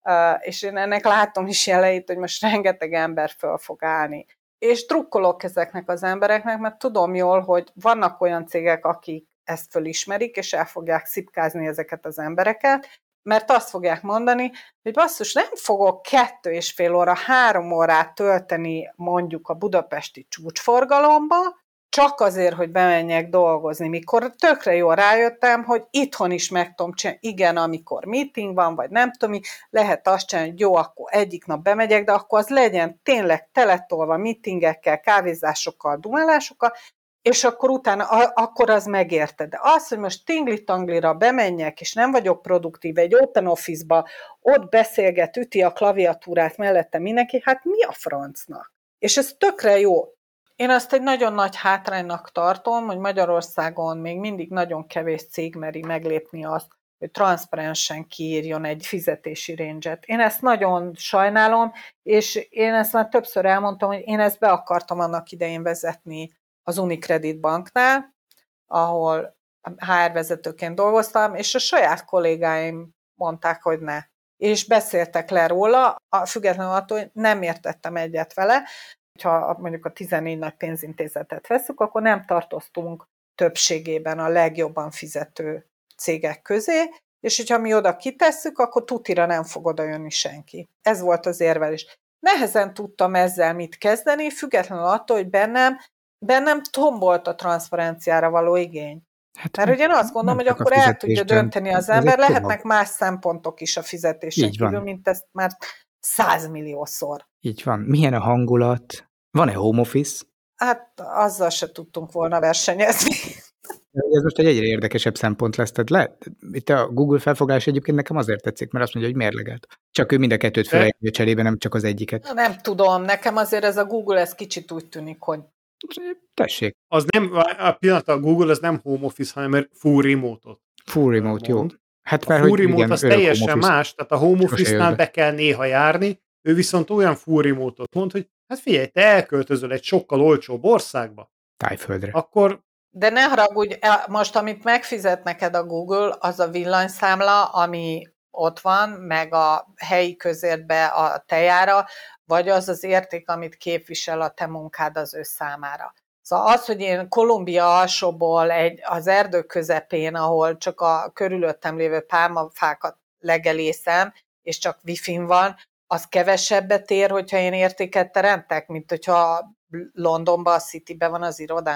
Speaker 2: és én ennek látom is jeleit, hogy most rengeteg ember föl fog állni. És drukkolok ezeknek az embereknek, mert tudom jól, hogy vannak olyan cégek, akik ezt fölismerik, és el fogják szipkázni ezeket az embereket, mert azt fogják mondani, hogy basszus, nem fogok kettő és fél óra, három órát tölteni mondjuk a budapesti csúcsforgalomba, csak azért, hogy bemenjek dolgozni, mikor tökre jól rájöttem, hogy itthon is meg tudom csinálni, igen, amikor meeting van, vagy nem tudom, lehet azt csinálni, hogy jó, akkor egyik nap bemegyek, de akkor az legyen tényleg teletolva meetingekkel, kávézásokkal, dumálásokkal, és akkor utána, akkor az megérte. De az, hogy most tingli-tanglira bemenjek, és nem vagyok produktív egy open office-ba, ott beszélget, üti a klaviatúrát mellette mindenki, hát mi a francnak? És ez tökre jó. Én azt egy nagyon nagy hátránynak tartom, hogy Magyarországon még mindig nagyon kevés cég meri meglépni azt, hogy transzparensen kiírjon egy fizetési range-et. Én ezt nagyon sajnálom, és én ezt már többször elmondtam, hogy én ezt be akartam annak idején vezetni az Unicredit banknál, ahol há er vezetőként dolgoztam, és a saját kollégáim mondták, hogy ne. És beszéltek le róla, függetlenül attól, hogy nem értettem egyet vele. Ha mondjuk a tizennégy nagy pénzintézetet veszük, akkor nem tartoztunk többségében a legjobban fizető cégek közé, és hogyha mi oda kitesszük, akkor tutira nem fog oda jönni senki. Ez volt az érvelés. Nehezen tudtam ezzel mit kezdeni, függetlenül attól, hogy bennem bennem tombolt a transzparenciára való igény. Hát, mert ugye én azt gondolom, hogy akkor el tudja dönteni az ember, lehetnek más szempontok is a fizetésen kívül, mint ezt már százmilliószor.
Speaker 3: Így van. Milyen a hangulat? Van-e home office?
Speaker 2: Hát azzal se tudtunk volna versenyezni.
Speaker 3: Ez most egy egyre érdekesebb szempont lesz. Tehát lehet, itt a Google felfoglalás egyébként nekem azért tetszik, mert azt mondja, hogy mérlegelt. Csak ő mind a kettőt felejtő cserébe, nem csak az egyiket.
Speaker 2: Nem tudom, nekem azért ez a Google, ez kicsit úgy tűnik, hogy
Speaker 3: tessék.
Speaker 1: Az nem, a pillanat a Google az nem home office, hanem full remote-ot.
Speaker 3: Full remote, mond. Jó.
Speaker 1: Hát a full remote igen, az teljesen más, tehát a home office-nál be kell néha járni, ő viszont olyan full remote-ot mond, hogy hát figyelj, te elköltözöl egy sokkal olcsóbb országba.
Speaker 3: Tájföldre.
Speaker 1: Akkor...
Speaker 2: De ne haragudj, most amit megfizet neked a Google, az a villanyszámla, ami ott van, meg a helyi közértbe a tejára, vagy az az érték, amit képvisel a te munkád az ő számára. Szóval az, hogy én Kolumbia alsóból egy, az erdő közepén, ahol csak a körülöttem lévő pálmafákat legelészem, és csak wifi-n van, az kevesebbet ér, hogyha én értéket teremtek, mint hogyha Londonban, a Cityben van az irodám.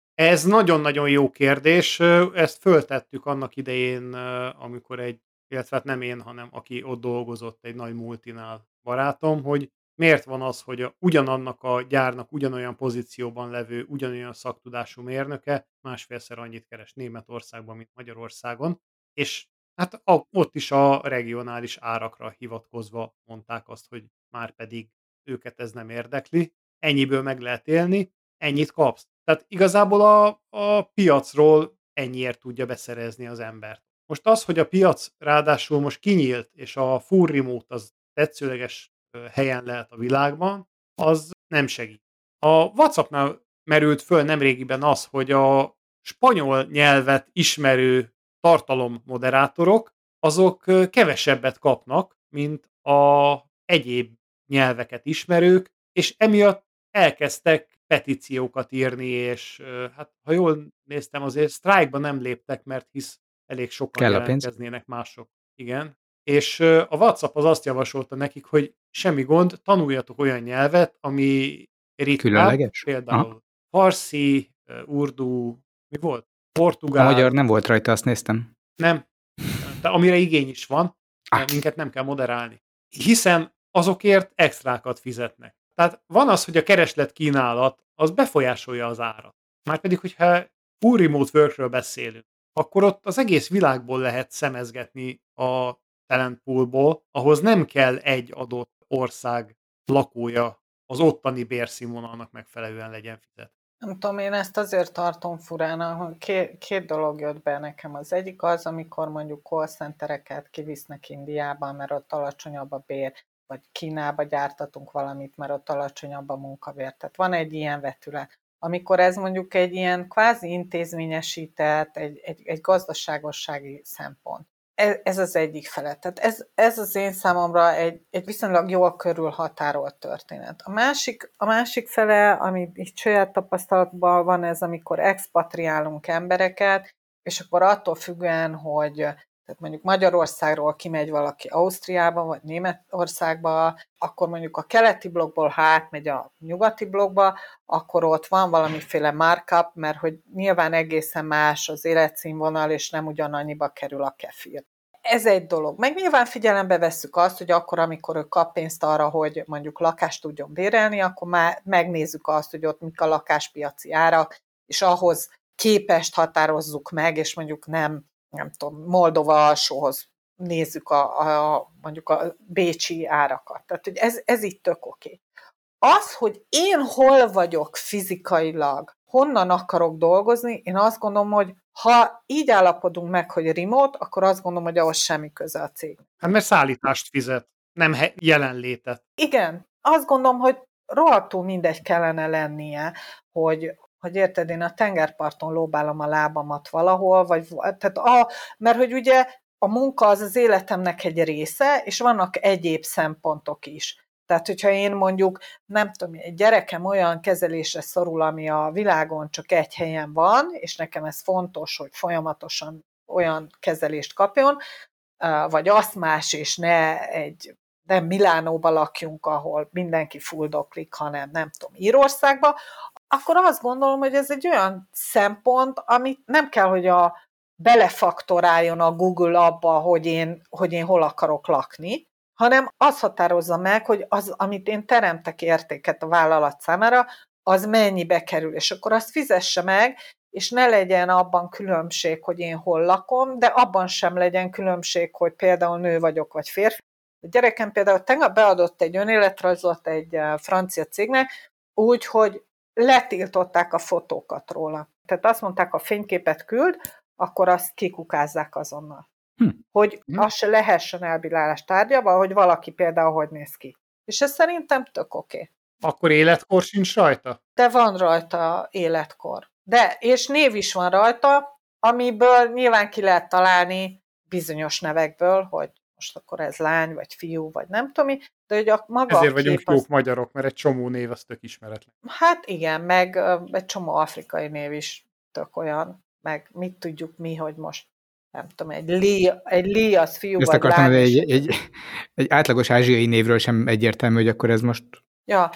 Speaker 1: Ez nagyon-nagyon jó kérdés. Ezt föltettük annak idején, amikor egy, illetve hát nem én, hanem aki ott dolgozott egy nagy multinál barátom, hogy miért van az, hogy a, ugyanannak a gyárnak ugyanolyan pozícióban levő, ugyanolyan szaktudású mérnöke másfélszer annyit keres Németországban, mint Magyarországon, és hát a, ott is a regionális árakra hivatkozva mondták azt, hogy már pedig őket ez nem érdekli, ennyiből meg lehet élni, ennyit kapsz. Tehát igazából a, a piacról ennyiért tudja beszerezni az embert. Most az, hogy a piac ráadásul most kinyílt, és a full remote az tetszőleges helyen lehet a világban, az nem segít. A WhatsAppnál merült föl nemrégiben az, hogy a spanyol nyelvet ismerő tartalommoderátorok, azok kevesebbet kapnak, mint a egyéb nyelveket ismerők, és emiatt elkezdtek petíciókat írni, és hát ha jól néztem, azért sztrájkba nem léptek, mert hisz elég sokan
Speaker 3: Kell a pénz.
Speaker 1: jelentkeznének mások. Igen. És a WhatsApp az azt javasolta nekik, hogy semmi gond, tanuljatok olyan nyelvet, ami ritkább,
Speaker 3: Különleges?
Speaker 1: például
Speaker 3: Aha.
Speaker 1: farsi, urdu, mi volt?
Speaker 3: A
Speaker 1: Portugál.
Speaker 3: magyar nem volt rajta, azt néztem.
Speaker 1: Nem. De amire igény is van,
Speaker 3: Ah.
Speaker 1: minket nem kell moderálni. Hiszen azokért extrákat fizetnek. Tehát van az, hogy a kereslet kínálat, az befolyásolja az árat. Márpedig, hogyha full remote workről beszélünk, akkor ott az egész világból lehet szemezgetni a talent poolból, ahhoz nem kell egy adott ország lakója az ottani bérszínvonalnak megfelelően legyen fizet.
Speaker 2: Nem tudom, én ezt azért tartom furán, hogy két, két dolog jött be nekem. Az egyik az, amikor mondjuk call centereket kivisznek Indiába, mert ott alacsonyabb a bér, vagy Kínába gyártatunk valamit, mert ott alacsonyabb a munkabér. Tehát van egy ilyen vetület. Amikor ez mondjuk egy ilyen kvázi intézményesített, egy, egy, egy gazdaságossági szempont. Ez, ez az egyik fele. Tehát ez, ez az én számomra egy, egy viszonylag jól körülhatárolt történet. A másik, a másik fele, ami így saját tapasztalatban van, ez amikor expatriálunk embereket, és akkor attól függően, hogy tehát mondjuk Magyarországról kimegy valaki Ausztriába, vagy Németországba, akkor mondjuk a keleti blokkból, ha átmegy a nyugati blokkba, akkor ott van valamiféle markup, mert hogy nyilván egészen más az életszínvonal, és nem ugyanannyiba kerül a kefir. Ez egy dolog. Meg nyilván figyelembe vesszük azt, hogy akkor, amikor ő kap pénzt arra, hogy mondjuk lakást tudjon bérelni, akkor már megnézzük azt, hogy ott mik a lakáspiaci árak, és ahhoz képest határozzuk meg, és mondjuk nem, nem tudom, Moldova alsóhoz nézzük a, a, mondjuk a bécsi árakat. Tehát, hogy ez, ez így tök oké. Az, hogy én hol vagyok fizikailag, honnan akarok dolgozni, én azt gondolom, hogy ha így állapodunk meg, hogy remote, akkor azt gondolom, hogy ahhoz semmi köze a cég.
Speaker 1: Hát mert szállítást fizet, nem he- jelenlétet.
Speaker 2: Igen, azt gondolom, hogy rohadtul mindegy kellene lennie, hogy, hogy érted, én a tengerparton lóbálom a lábamat valahol, vagy, tehát a, mert hogy ugye a munka az az életemnek egy része, és vannak egyéb szempontok is. Tehát, hogyha én mondjuk, nem tudom, egy gyerekem olyan kezelésre szorul, ami a világon csak egy helyen van, és nekem ez fontos, hogy folyamatosan olyan kezelést kapjon, vagy asztmás, és ne egy, nem Milánóba lakjunk, ahol mindenki fuldoklik, hanem nem tudom, Írországba, akkor azt gondolom, hogy ez egy olyan szempont, amit nem kell, hogy a belefaktoráljon a Google abba, hogy én, hogy én hol akarok lakni, hanem az határozza meg, hogy az, amit én teremtek értéket a vállalat számára, az mennyibe kerül, és akkor azt fizesse meg, és ne legyen abban különbség, hogy én hol lakom, de abban sem legyen különbség, hogy például nő vagyok, vagy férfi. A gyerekem például tegnap beadott egy önéletrajzot egy francia cégnek, úgy, hogy letiltották a fotókat róla. Tehát azt mondták, ha fényképet küld, akkor azt kikukázzák azonnal. Hm. Hogy hm. az se lehessen elbírálás tárgyában, hogy valaki például hogy néz ki. És ez szerintem tök oké. Okay.
Speaker 1: Akkor életkor sincs rajta?
Speaker 2: De van rajta életkor. De, és név is van rajta, amiből nyilván ki lehet találni bizonyos nevekből, hogy most akkor ez lány, vagy fiú, vagy nem tudom mi, de hogy a maga
Speaker 1: Ezért
Speaker 2: a
Speaker 1: vagyunk jók
Speaker 2: az...
Speaker 1: magyarok, mert egy csomó név az tök ismeretlen.
Speaker 2: Hát igen, meg egy csomó afrikai név is tök olyan, meg mit tudjuk mi, hogy most nem tudom, egy Lee, egy Lee az fiú,
Speaker 3: ezt
Speaker 2: vagy
Speaker 3: akartam,
Speaker 2: lány.
Speaker 3: Egy, egy, egy átlagos ázsiai névről sem egyértelmű, hogy akkor ez most...
Speaker 2: Ja,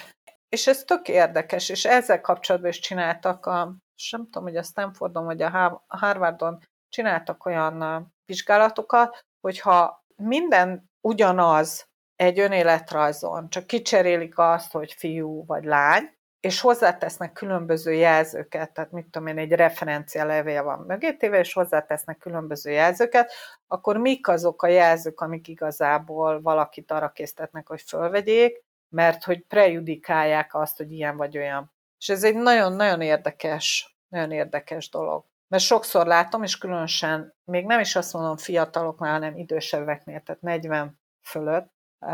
Speaker 2: és ez tök érdekes, és ezzel kapcsolatban is csináltak, a, sem tudom, hogy a Stanfordon vagy a Harvardon csináltak olyan vizsgálatokat, hogyha minden ugyanaz egy önéletrajzon, csak kicserélik azt, hogy fiú vagy lány, és hozzátesznek különböző jelzőket, tehát mit tudom én, egy referencia levél van mögétével, és hozzátesznek különböző jelzőket, akkor mik azok a jelzők, amik igazából valakit arra késztetnek, hogy fölvegyék, mert hogy prejudikálják azt, hogy ilyen vagy olyan. És ez egy nagyon-nagyon érdekes, nagyon érdekes dolog. Mert sokszor látom, és különösen még nem is azt mondom fiataloknál, hanem idősebbeknél, tehát negyven fölött,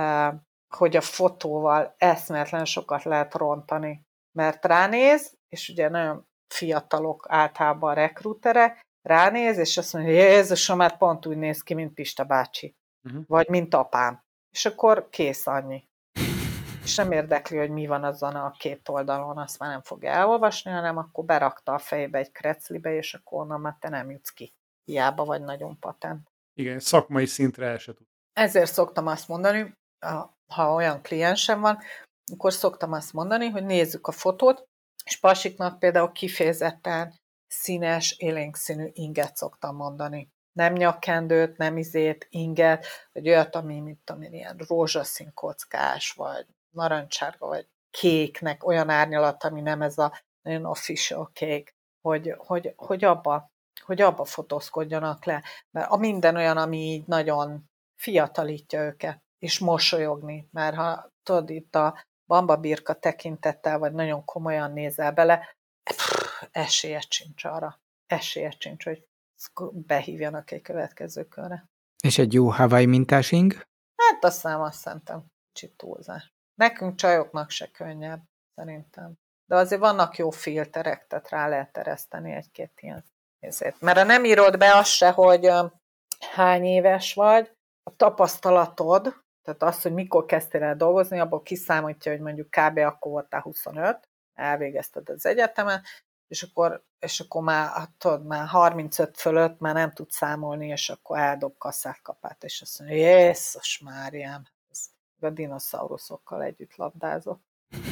Speaker 2: hogy a fotóval eszméletlen sokat lehet rontani. Mert ránéz, és ugye nagyon fiatalok általában rekruterek, ránéz, és azt mondja, hogy Jézusom, már pont úgy néz ki, mint Pista bácsi. Uh-huh. Vagy mint apám. És akkor kész annyi. És nem érdekli, hogy mi van azon a két oldalon, azt már nem fogja elolvasni, hanem akkor berakta a fejbe egy kreclibe, és akkor onnan már te nem jutsz ki. Hiába vagy nagyon patent.
Speaker 1: Igen, szakmai szintre el se tud.
Speaker 2: Ezért szoktam azt mondani, ha olyan kliensem van, akkor szoktam azt mondani, hogy nézzük a fotót, és pasiknak például kifejezetten színes, élénkszínű inget szoktam mondani. Nem nyakkendőt, nem izét, inget, vagy olyat, ami, mint tudom én, ilyen rózsaszín kockás, vagy narancsárga, vagy kéknek olyan árnyalat, ami nem ez a nagyon official kék, hogy, hogy, hogy, abba, hogy abba fotózkodjanak le. Mert a minden olyan, ami így nagyon fiatalítja őket, és mosolyogni, mert ha tudod, itt a Bamba Birka tekintettel, vagy nagyon komolyan nézel bele, pff, esélyed sincs arra. Esélyed sincs, hogy behívjanak egy következő körre.
Speaker 3: És egy jó Hawaii mintás ing?
Speaker 2: Hát azt nem, azt szerintem kicsit túlzás. Nekünk csajoknak se könnyebb, szerintem. De azért vannak jó filterek, tehát rá lehet tereszteni egy-két ilyen nézét. Mert ha nem írod be azt se, hogy hány éves vagy, a tapasztalatod, tehát az, hogy mikor kezdtél el dolgozni, abból kiszámítja, hogy mondjuk kb. Akkor voltál huszonöt, elvégezted az egyetemen, és akkor, és akkor már, tudod, már harmincöt fölött már nem tud számolni, és akkor eldob kasszárkapát, és azt mondja, Jézus Máriám, ez a dinoszauruszokkal együtt labdázott.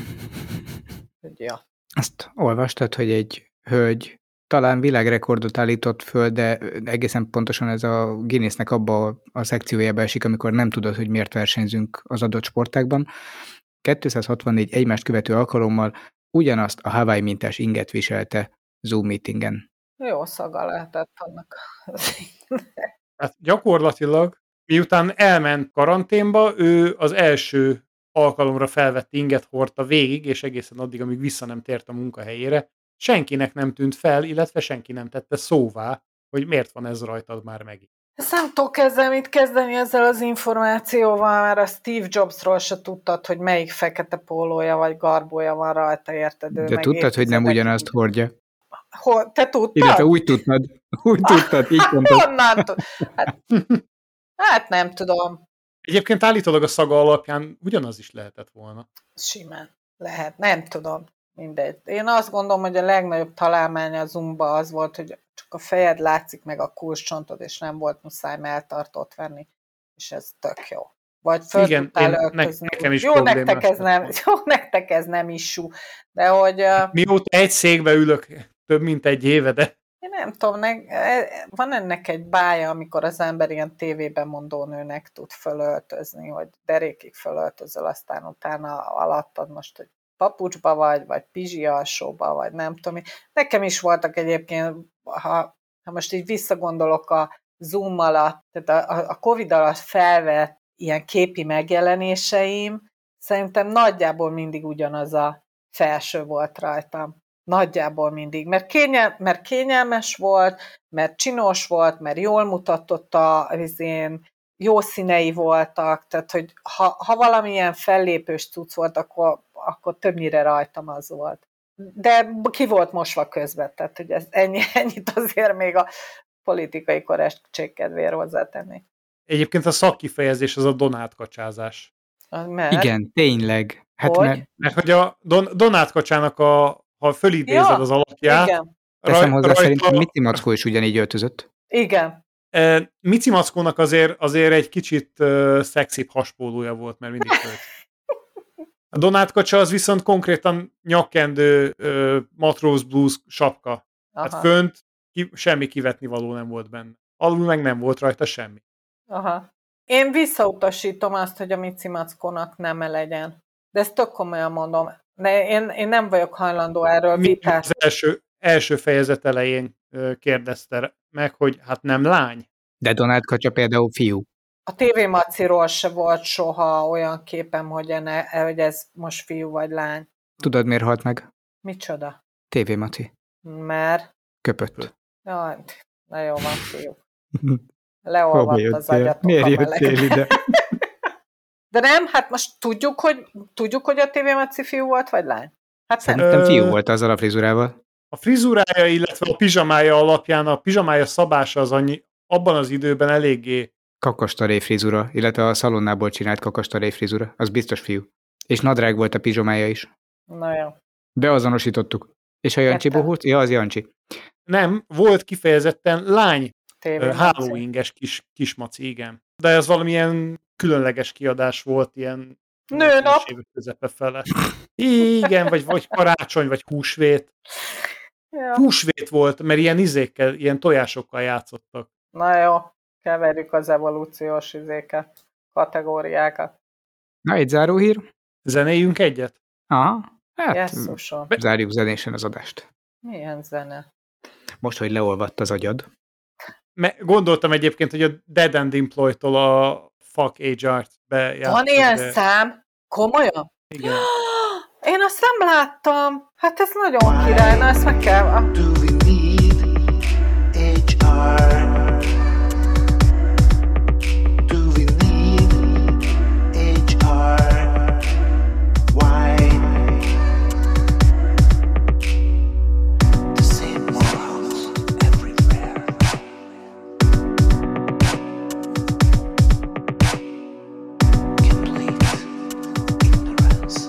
Speaker 2: Ja.
Speaker 3: Azt olvastad, hogy egy hölgy talán világrekordot állított föl, de egészen pontosan ez a Guinnessnek abba a szekciójába esik, amikor nem tudod, hogy miért versenyzünk az adott sportákban. kétszázhatvannégy egymást követő alkalommal ugyanazt a Hawaii mintás inget viselte Zoom meetingen.
Speaker 2: Jó szaga lehetett annak.
Speaker 1: Hát gyakorlatilag, miután elment karanténba, ő az első alkalomra felvett inget hordta végig, és egészen addig, amíg vissza nem tért a munkahelyére. Senkinek nem tűnt fel, illetve senki nem tette szóvá, hogy miért van ez rajtad már megint.
Speaker 2: Ezt nem tudok ezzel mit kezdeni ezzel az információval, mert a Steve Jobsról se tudtad, hogy melyik fekete pólója vagy garbója van rajta, érted?
Speaker 3: De tudtad, hogy nem ugyanazt így hordja.
Speaker 2: Hol, te tudtad?
Speaker 3: Illetve úgy tudtad. Úgy tudtad, így mondtad.
Speaker 2: Honnan tudtad? Hát, hát nem tudom.
Speaker 1: Egyébként állítólag a szaga alapján ugyanaz is lehetett volna.
Speaker 2: Simán. Lehet. Nem tudom. Mindegy. Én azt gondolom, hogy a legnagyobb találmánya a Zoomba az volt, hogy csak a fejed látszik meg a kulcscsontod, és nem volt muszáj melltartót venni. És ez tök jó. Vagy föl
Speaker 1: igen,
Speaker 2: tudtál
Speaker 1: én,
Speaker 2: öltözni.
Speaker 1: Nekem is
Speaker 2: jó, nektek ez nem, jó, nektek ez nem issú. De hogy... Uh,
Speaker 1: Mióta egy székbe ülök több mint egy éve, de...
Speaker 2: Én nem tudom, ne, van ennek egy bája, amikor az ember ilyen tévében mondó nőnek tud fölöltözni, hogy derékig fölöltözöl, aztán utána alattad most, hogy papucsba vagy, vagy pizsi alsóba, vagy nem tudom. Nekem is voltak egyébként, ha, ha most így visszagondolok a Zoom alatt, tehát a, a Covid alatt felvett ilyen képi megjelenéseim, szerintem nagyjából mindig ugyanaz a felső volt rajtam. Nagyjából mindig, mert, kényel, mert kényelmes volt, mert csinos volt, mert jól mutatott a vizén, jó színei voltak, tehát hogy ha, ha valamilyen fellépős cucc volt, akkor, akkor többnyire rajtam az volt. De ki volt mosva közben, tehát hogy ez ennyi, ennyit azért még a politikai korrektség kedvéért hozzátenni.
Speaker 1: Egyébként a szakkifejezés az a donátkaccsázás.
Speaker 2: Mert?
Speaker 3: Igen, tényleg. Hát
Speaker 2: hogy?
Speaker 3: Mert...
Speaker 1: mert hogy a don- donátkacsának a ha fölidézed ja, az alakját...
Speaker 2: Igen.
Speaker 3: Teszem hozzá, rajta... szerintem Mici Mackó is ugyanígy öltözött.
Speaker 2: Igen.
Speaker 1: E, Mici Mackónak azért, azért egy kicsit uh, szexibb haspólója volt, mert mindig fölt. A Donát kacsa az viszont konkrétan nyakkendő ö, matróz blues sapka.
Speaker 2: Aha.
Speaker 1: Hát fönt ki, semmi kivetni való nem volt benne. Alul meg nem volt rajta semmi.
Speaker 2: Aha. Én visszautasítom azt, hogy a Mici Mackónak nem legyen. De ezt tök komolyan mondom. De én, én nem vagyok hajlandó erről vitázni.
Speaker 1: Az első, első fejezet elején kérdezte meg, hogy hát nem lány.
Speaker 3: De Donát kacsa például fiú.
Speaker 2: A té vé Maciról se volt soha olyan képem, hogy, enne, hogy ez most fiú vagy lány.
Speaker 3: Tudod, miért halt meg?
Speaker 2: Micsoda?
Speaker 3: té vé Maci.
Speaker 2: Mert?
Speaker 3: Köpött.
Speaker 2: Jaj, na jó van, fiú.
Speaker 3: Hova
Speaker 2: Leolvadt az
Speaker 3: jöttél?
Speaker 2: agyatok
Speaker 3: Miért
Speaker 2: a
Speaker 3: jöttél
Speaker 2: meleg.
Speaker 3: ide?
Speaker 2: De nem, hát most tudjuk, hogy, tudjuk, hogy a té vé Maci fiú volt, vagy lány? Hát nem.
Speaker 3: Szerintem
Speaker 1: Ö,
Speaker 3: fiú volt azzal a frizurával.
Speaker 1: A frizurája, illetve a pizsamája alapján a pizsamája szabása az annyi, abban az időben eléggé...
Speaker 3: Kakastaré frizura, illetve a szalonnából csinált kakastaré frizura. Az biztos fiú. És nadrág volt a pizsomája is.
Speaker 2: Na jó.
Speaker 3: Beazonosítottuk. És a Jancsi
Speaker 2: Értem.
Speaker 3: bohóc? Ja, az Jancsi.
Speaker 1: Nem, volt kifejezetten lány
Speaker 2: té vé
Speaker 1: ö,
Speaker 2: Maci.
Speaker 1: hálóinges kis, kismaci, igen. De ez valamilyen különleges kiadás volt, ilyen
Speaker 2: Nőnap.
Speaker 1: nyolcvanas évek közepe fele. Igen, vagy, vagy karácsony, vagy húsvét.
Speaker 2: Ja.
Speaker 1: Húsvét volt, mert ilyen izékkel, ilyen tojásokkal játszottak.
Speaker 2: Na jó, keverjük az evolúciós izéket, kategóriákat.
Speaker 3: Na, egy záróhír.
Speaker 1: Zenéljünk egyet?
Speaker 3: Aha. Hát,
Speaker 2: Jesszusom.
Speaker 3: zárjuk zenésen az adást.
Speaker 2: Milyen zene?
Speaker 3: Most, hogy leolvadt az agyad.
Speaker 1: Me- gondoltam egyébként, hogy a Dead End Employ-tól a Fuck Age Art bejátszunk.
Speaker 2: Van ilyen
Speaker 1: de...
Speaker 2: szám? Komolyan?
Speaker 1: Igen.
Speaker 2: Én azt nem láttam. Hát ez nagyon király, na ezt meg kell...
Speaker 4: Do we need há er? Do we need há er? Why? The same morals everywhere. Complete ignorance.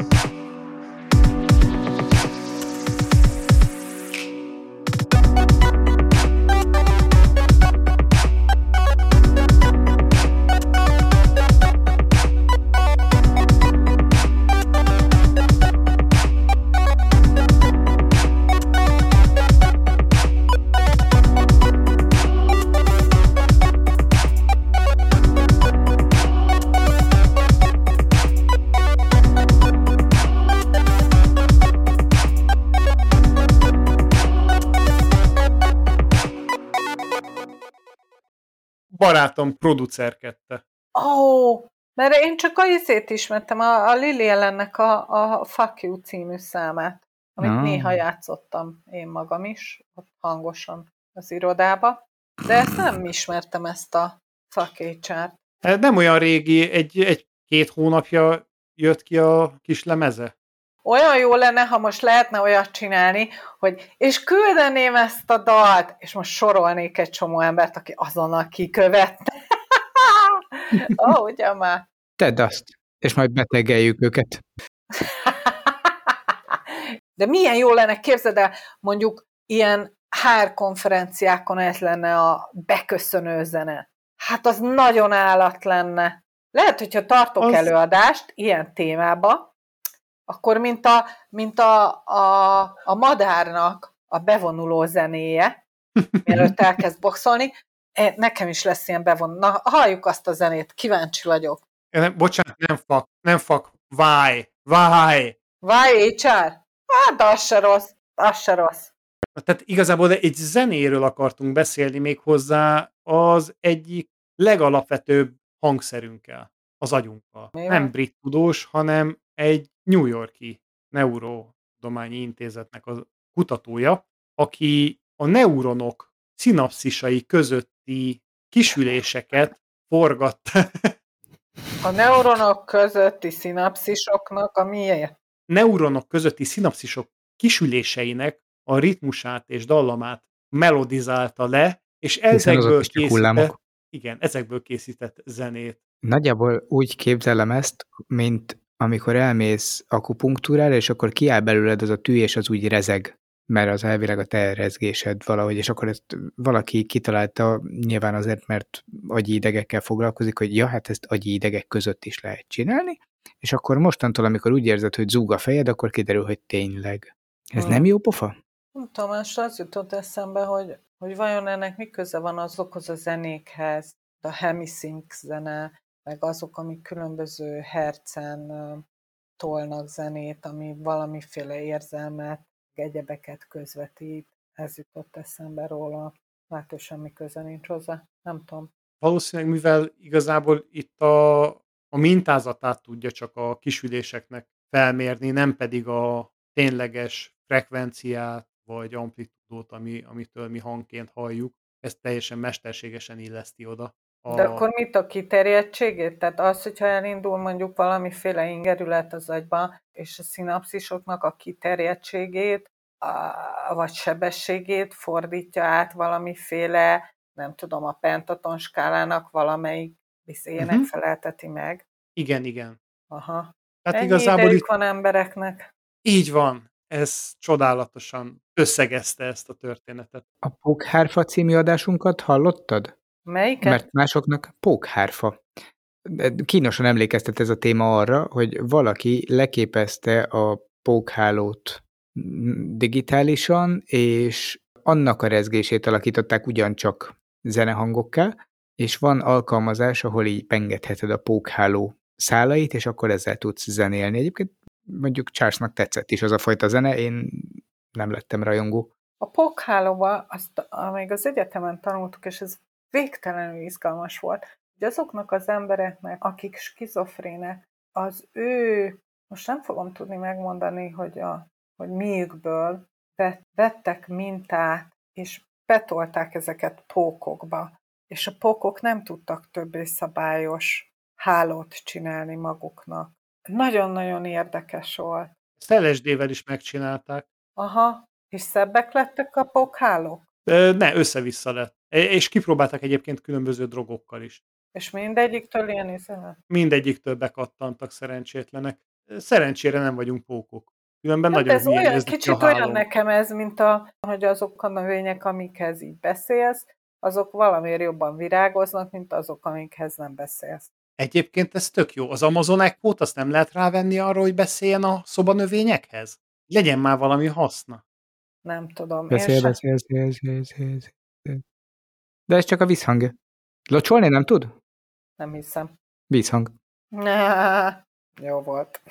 Speaker 1: Barátom producerkedte.
Speaker 2: Ó, oh, mert én csak a izét ismertem, a, a Lily Allennek a, a Fuck You című számát, amit
Speaker 3: Ah.
Speaker 2: néha játszottam én magam is, ott hangosan az irodába, de ezt nem ismertem, ezt a Fuck há er-t.
Speaker 1: Hát nem olyan régi, egy, egy két hónapja jött ki a kis lemeze.
Speaker 2: Olyan jó lenne, ha most lehetne olyat csinálni, hogy és küldeném ezt a dalt, és most sorolnék egy csomó embert, aki azonnal kikövette. Ó, oh, ugye már.
Speaker 3: Tedd azt, és majd betegeljük őket.
Speaker 2: De milyen jó lenne, képzeld el, mondjuk ilyen há er konferenciákon ez lenne a beköszönő zene. Hát az nagyon állat lenne. Lehet, hogyha tartok
Speaker 1: Az-
Speaker 2: előadást ilyen témába, akkor mint a, mint a, a, a madárnak a bevonuló zenéje, mielőtt elkezd boxolni, eh, nekem is lesz ilyen bevonuló. Na, halljuk azt a zenét, kíváncsi vagyok.
Speaker 1: Nem, bocsánat, nem fuck, nem fuck, why, why?
Speaker 2: Vaj, há er? Hát, az se rossz, az se rossz.
Speaker 1: Tehát igazából egy zenéről akartunk beszélni még hozzá az egyik legalapvetőbb hangszerünkkel, az agyunkkal.
Speaker 2: Mi van?
Speaker 1: Nem brit tudós, hanem egy New York-i Neurotudományi Intézetnek a kutatója, aki a neuronok szinapszisai közötti kisüléseket forgatta.
Speaker 2: A neuronok közötti szinapszisoknak a miért?
Speaker 1: Neuronok közötti szinapszisok kisüléseinek a ritmusát és dallamát melodizálta le, és
Speaker 3: Hiszen azok
Speaker 1: ezekből
Speaker 3: is csak
Speaker 1: készített,
Speaker 3: hullámok.
Speaker 1: igen, ezekből készített zenét.
Speaker 3: Nagyjából úgy képzelem ezt, mint amikor elmész akupunktúrára, és akkor kiáll belőled az a tű, és az úgy rezeg, mert az elvileg a te rezgésed valahogy, és akkor ezt valaki kitalálta, nyilván azért, mert agyi idegekkel foglalkozik, hogy ja, hát ezt agyi idegek között is lehet csinálni, és akkor mostantól, amikor úgy érzed, hogy zúg a fejed, akkor kiderül, hogy tényleg. Ez
Speaker 2: Hmm.
Speaker 3: nem jó pofa?
Speaker 2: Nem tudom, most az jutott eszembe, hogy, hogy vajon ennek mi köze van azokhoz a zenékhez, a hemisync zene, meg azok, amik különböző hercen ö, tolnak zenét, ami valamiféle érzelmet, egyebeket közvetít. Ez jutott eszembe róla. Lehet, hogy semmi köze nincs hozzá. Nem tudom.
Speaker 1: Valószínűleg, mivel igazából itt a, a mintázatát tudja csak a kisüléseknek felmérni, nem pedig a tényleges frekvenciát vagy amplitúdót, ami, amitől mi hangként halljuk. Ezt teljesen mesterségesen illeszti oda.
Speaker 2: De
Speaker 1: A,
Speaker 2: akkor mit a kiterjedtségét? Tehát az, hogyha elindul mondjuk valamiféle ingerület az agyba, és a szinapszisoknak a kiterjedtségét, a, vagy sebességét fordítja át valamiféle, nem tudom, a pentaton skálának valamelyik viszélyének
Speaker 1: uh-huh.
Speaker 2: felelteti meg.
Speaker 1: Igen, igen.
Speaker 2: Aha.
Speaker 1: Tehát
Speaker 2: Ennyi
Speaker 1: igazából
Speaker 2: idejük
Speaker 1: itt
Speaker 2: van embereknek.
Speaker 1: így van. Ez csodálatosan összegezte ezt a történetet.
Speaker 3: A Pókhárfa című adásunkat hallottad?
Speaker 2: Melyiket?
Speaker 3: Mert másoknak pókhárfa. De kínosan emlékeztet ez a téma arra, hogy valaki leképezte a pókhálót digitálisan, és annak a rezgését alakították ugyancsak zenehangokká, és van alkalmazás, ahol így pengetheted a pókháló szálait, és akkor ezzel tudsz zenélni. Egyébként mondjuk Charlesnak tetszett is az a fajta zene, én nem lettem rajongó.
Speaker 2: A pókhálóba, azt, amíg az egyetemen tanultuk, és ez végtelenül izgalmas volt, hogy azoknak az embereknek, akik skizofrének, az ő, most nem fogom tudni megmondani, hogy, a, hogy miükből vettek mintát, és betolták ezeket pókokba, és a pókok nem tudtak többé szabályos hálót csinálni maguknak. Nagyon-nagyon érdekes volt.
Speaker 1: Ezt el es dé-vel is megcsinálták.
Speaker 2: Aha, és szebbek lettek a pókhálók?
Speaker 1: De ne, össze-vissza lett. És kipróbálták egyébként különböző drogokkal is.
Speaker 2: És mindegyiktől ilyen izé?
Speaker 1: Mindegyiktől bekattantak szerencsétlenek. Szerencsére nem vagyunk pókok. Különben
Speaker 2: Hát
Speaker 1: nagyon
Speaker 2: ez
Speaker 1: hülyén
Speaker 2: olyan,
Speaker 1: néznek ki a
Speaker 2: kicsit olyan
Speaker 1: hálón.
Speaker 2: nekem ez, mint a, hogy azok a növények, amikhez így beszélsz, azok valamiért jobban virágoznak, mint azok, amikhez nem beszélsz.
Speaker 1: Egyébként ez tök jó. Az Amazon Echo-t azt nem lehet rávenni arra, hogy beszéljen a szobanövényekhez? Legyen már valami haszna.
Speaker 2: Nem tudom.
Speaker 3: Beszél,
Speaker 2: Én
Speaker 3: beszél, beszél, beszél, beszél, beszél. De ez csak a vízhang. Locsolni nem tud?
Speaker 2: nem hiszem.
Speaker 3: Vízhang.
Speaker 2: Jó volt.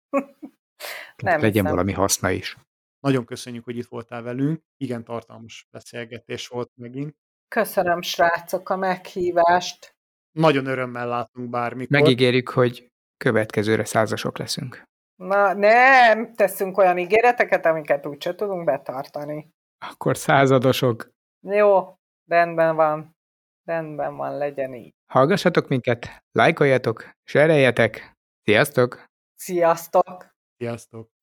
Speaker 2: nem
Speaker 3: Legyen
Speaker 2: hiszem.
Speaker 3: valami haszna is.
Speaker 1: Nagyon köszönjük, hogy itt voltál velünk. Igen, tartalmas beszélgetés volt megint.
Speaker 2: Köszönöm, srácok, a meghívást.
Speaker 1: Nagyon örömmel látunk bármikor.
Speaker 3: Megígérjük, hogy következőre százasok leszünk.
Speaker 2: Na, nem teszünk olyan ígéreteket, amiket úgyse tudunk betartani.
Speaker 3: Akkor századosok.
Speaker 2: Jó, rendben van. Rendben van, legyen így.
Speaker 3: Hallgassatok minket, lájkoljatok, sereljetek. Sziasztok!
Speaker 2: Sziasztok!
Speaker 1: Sziasztok!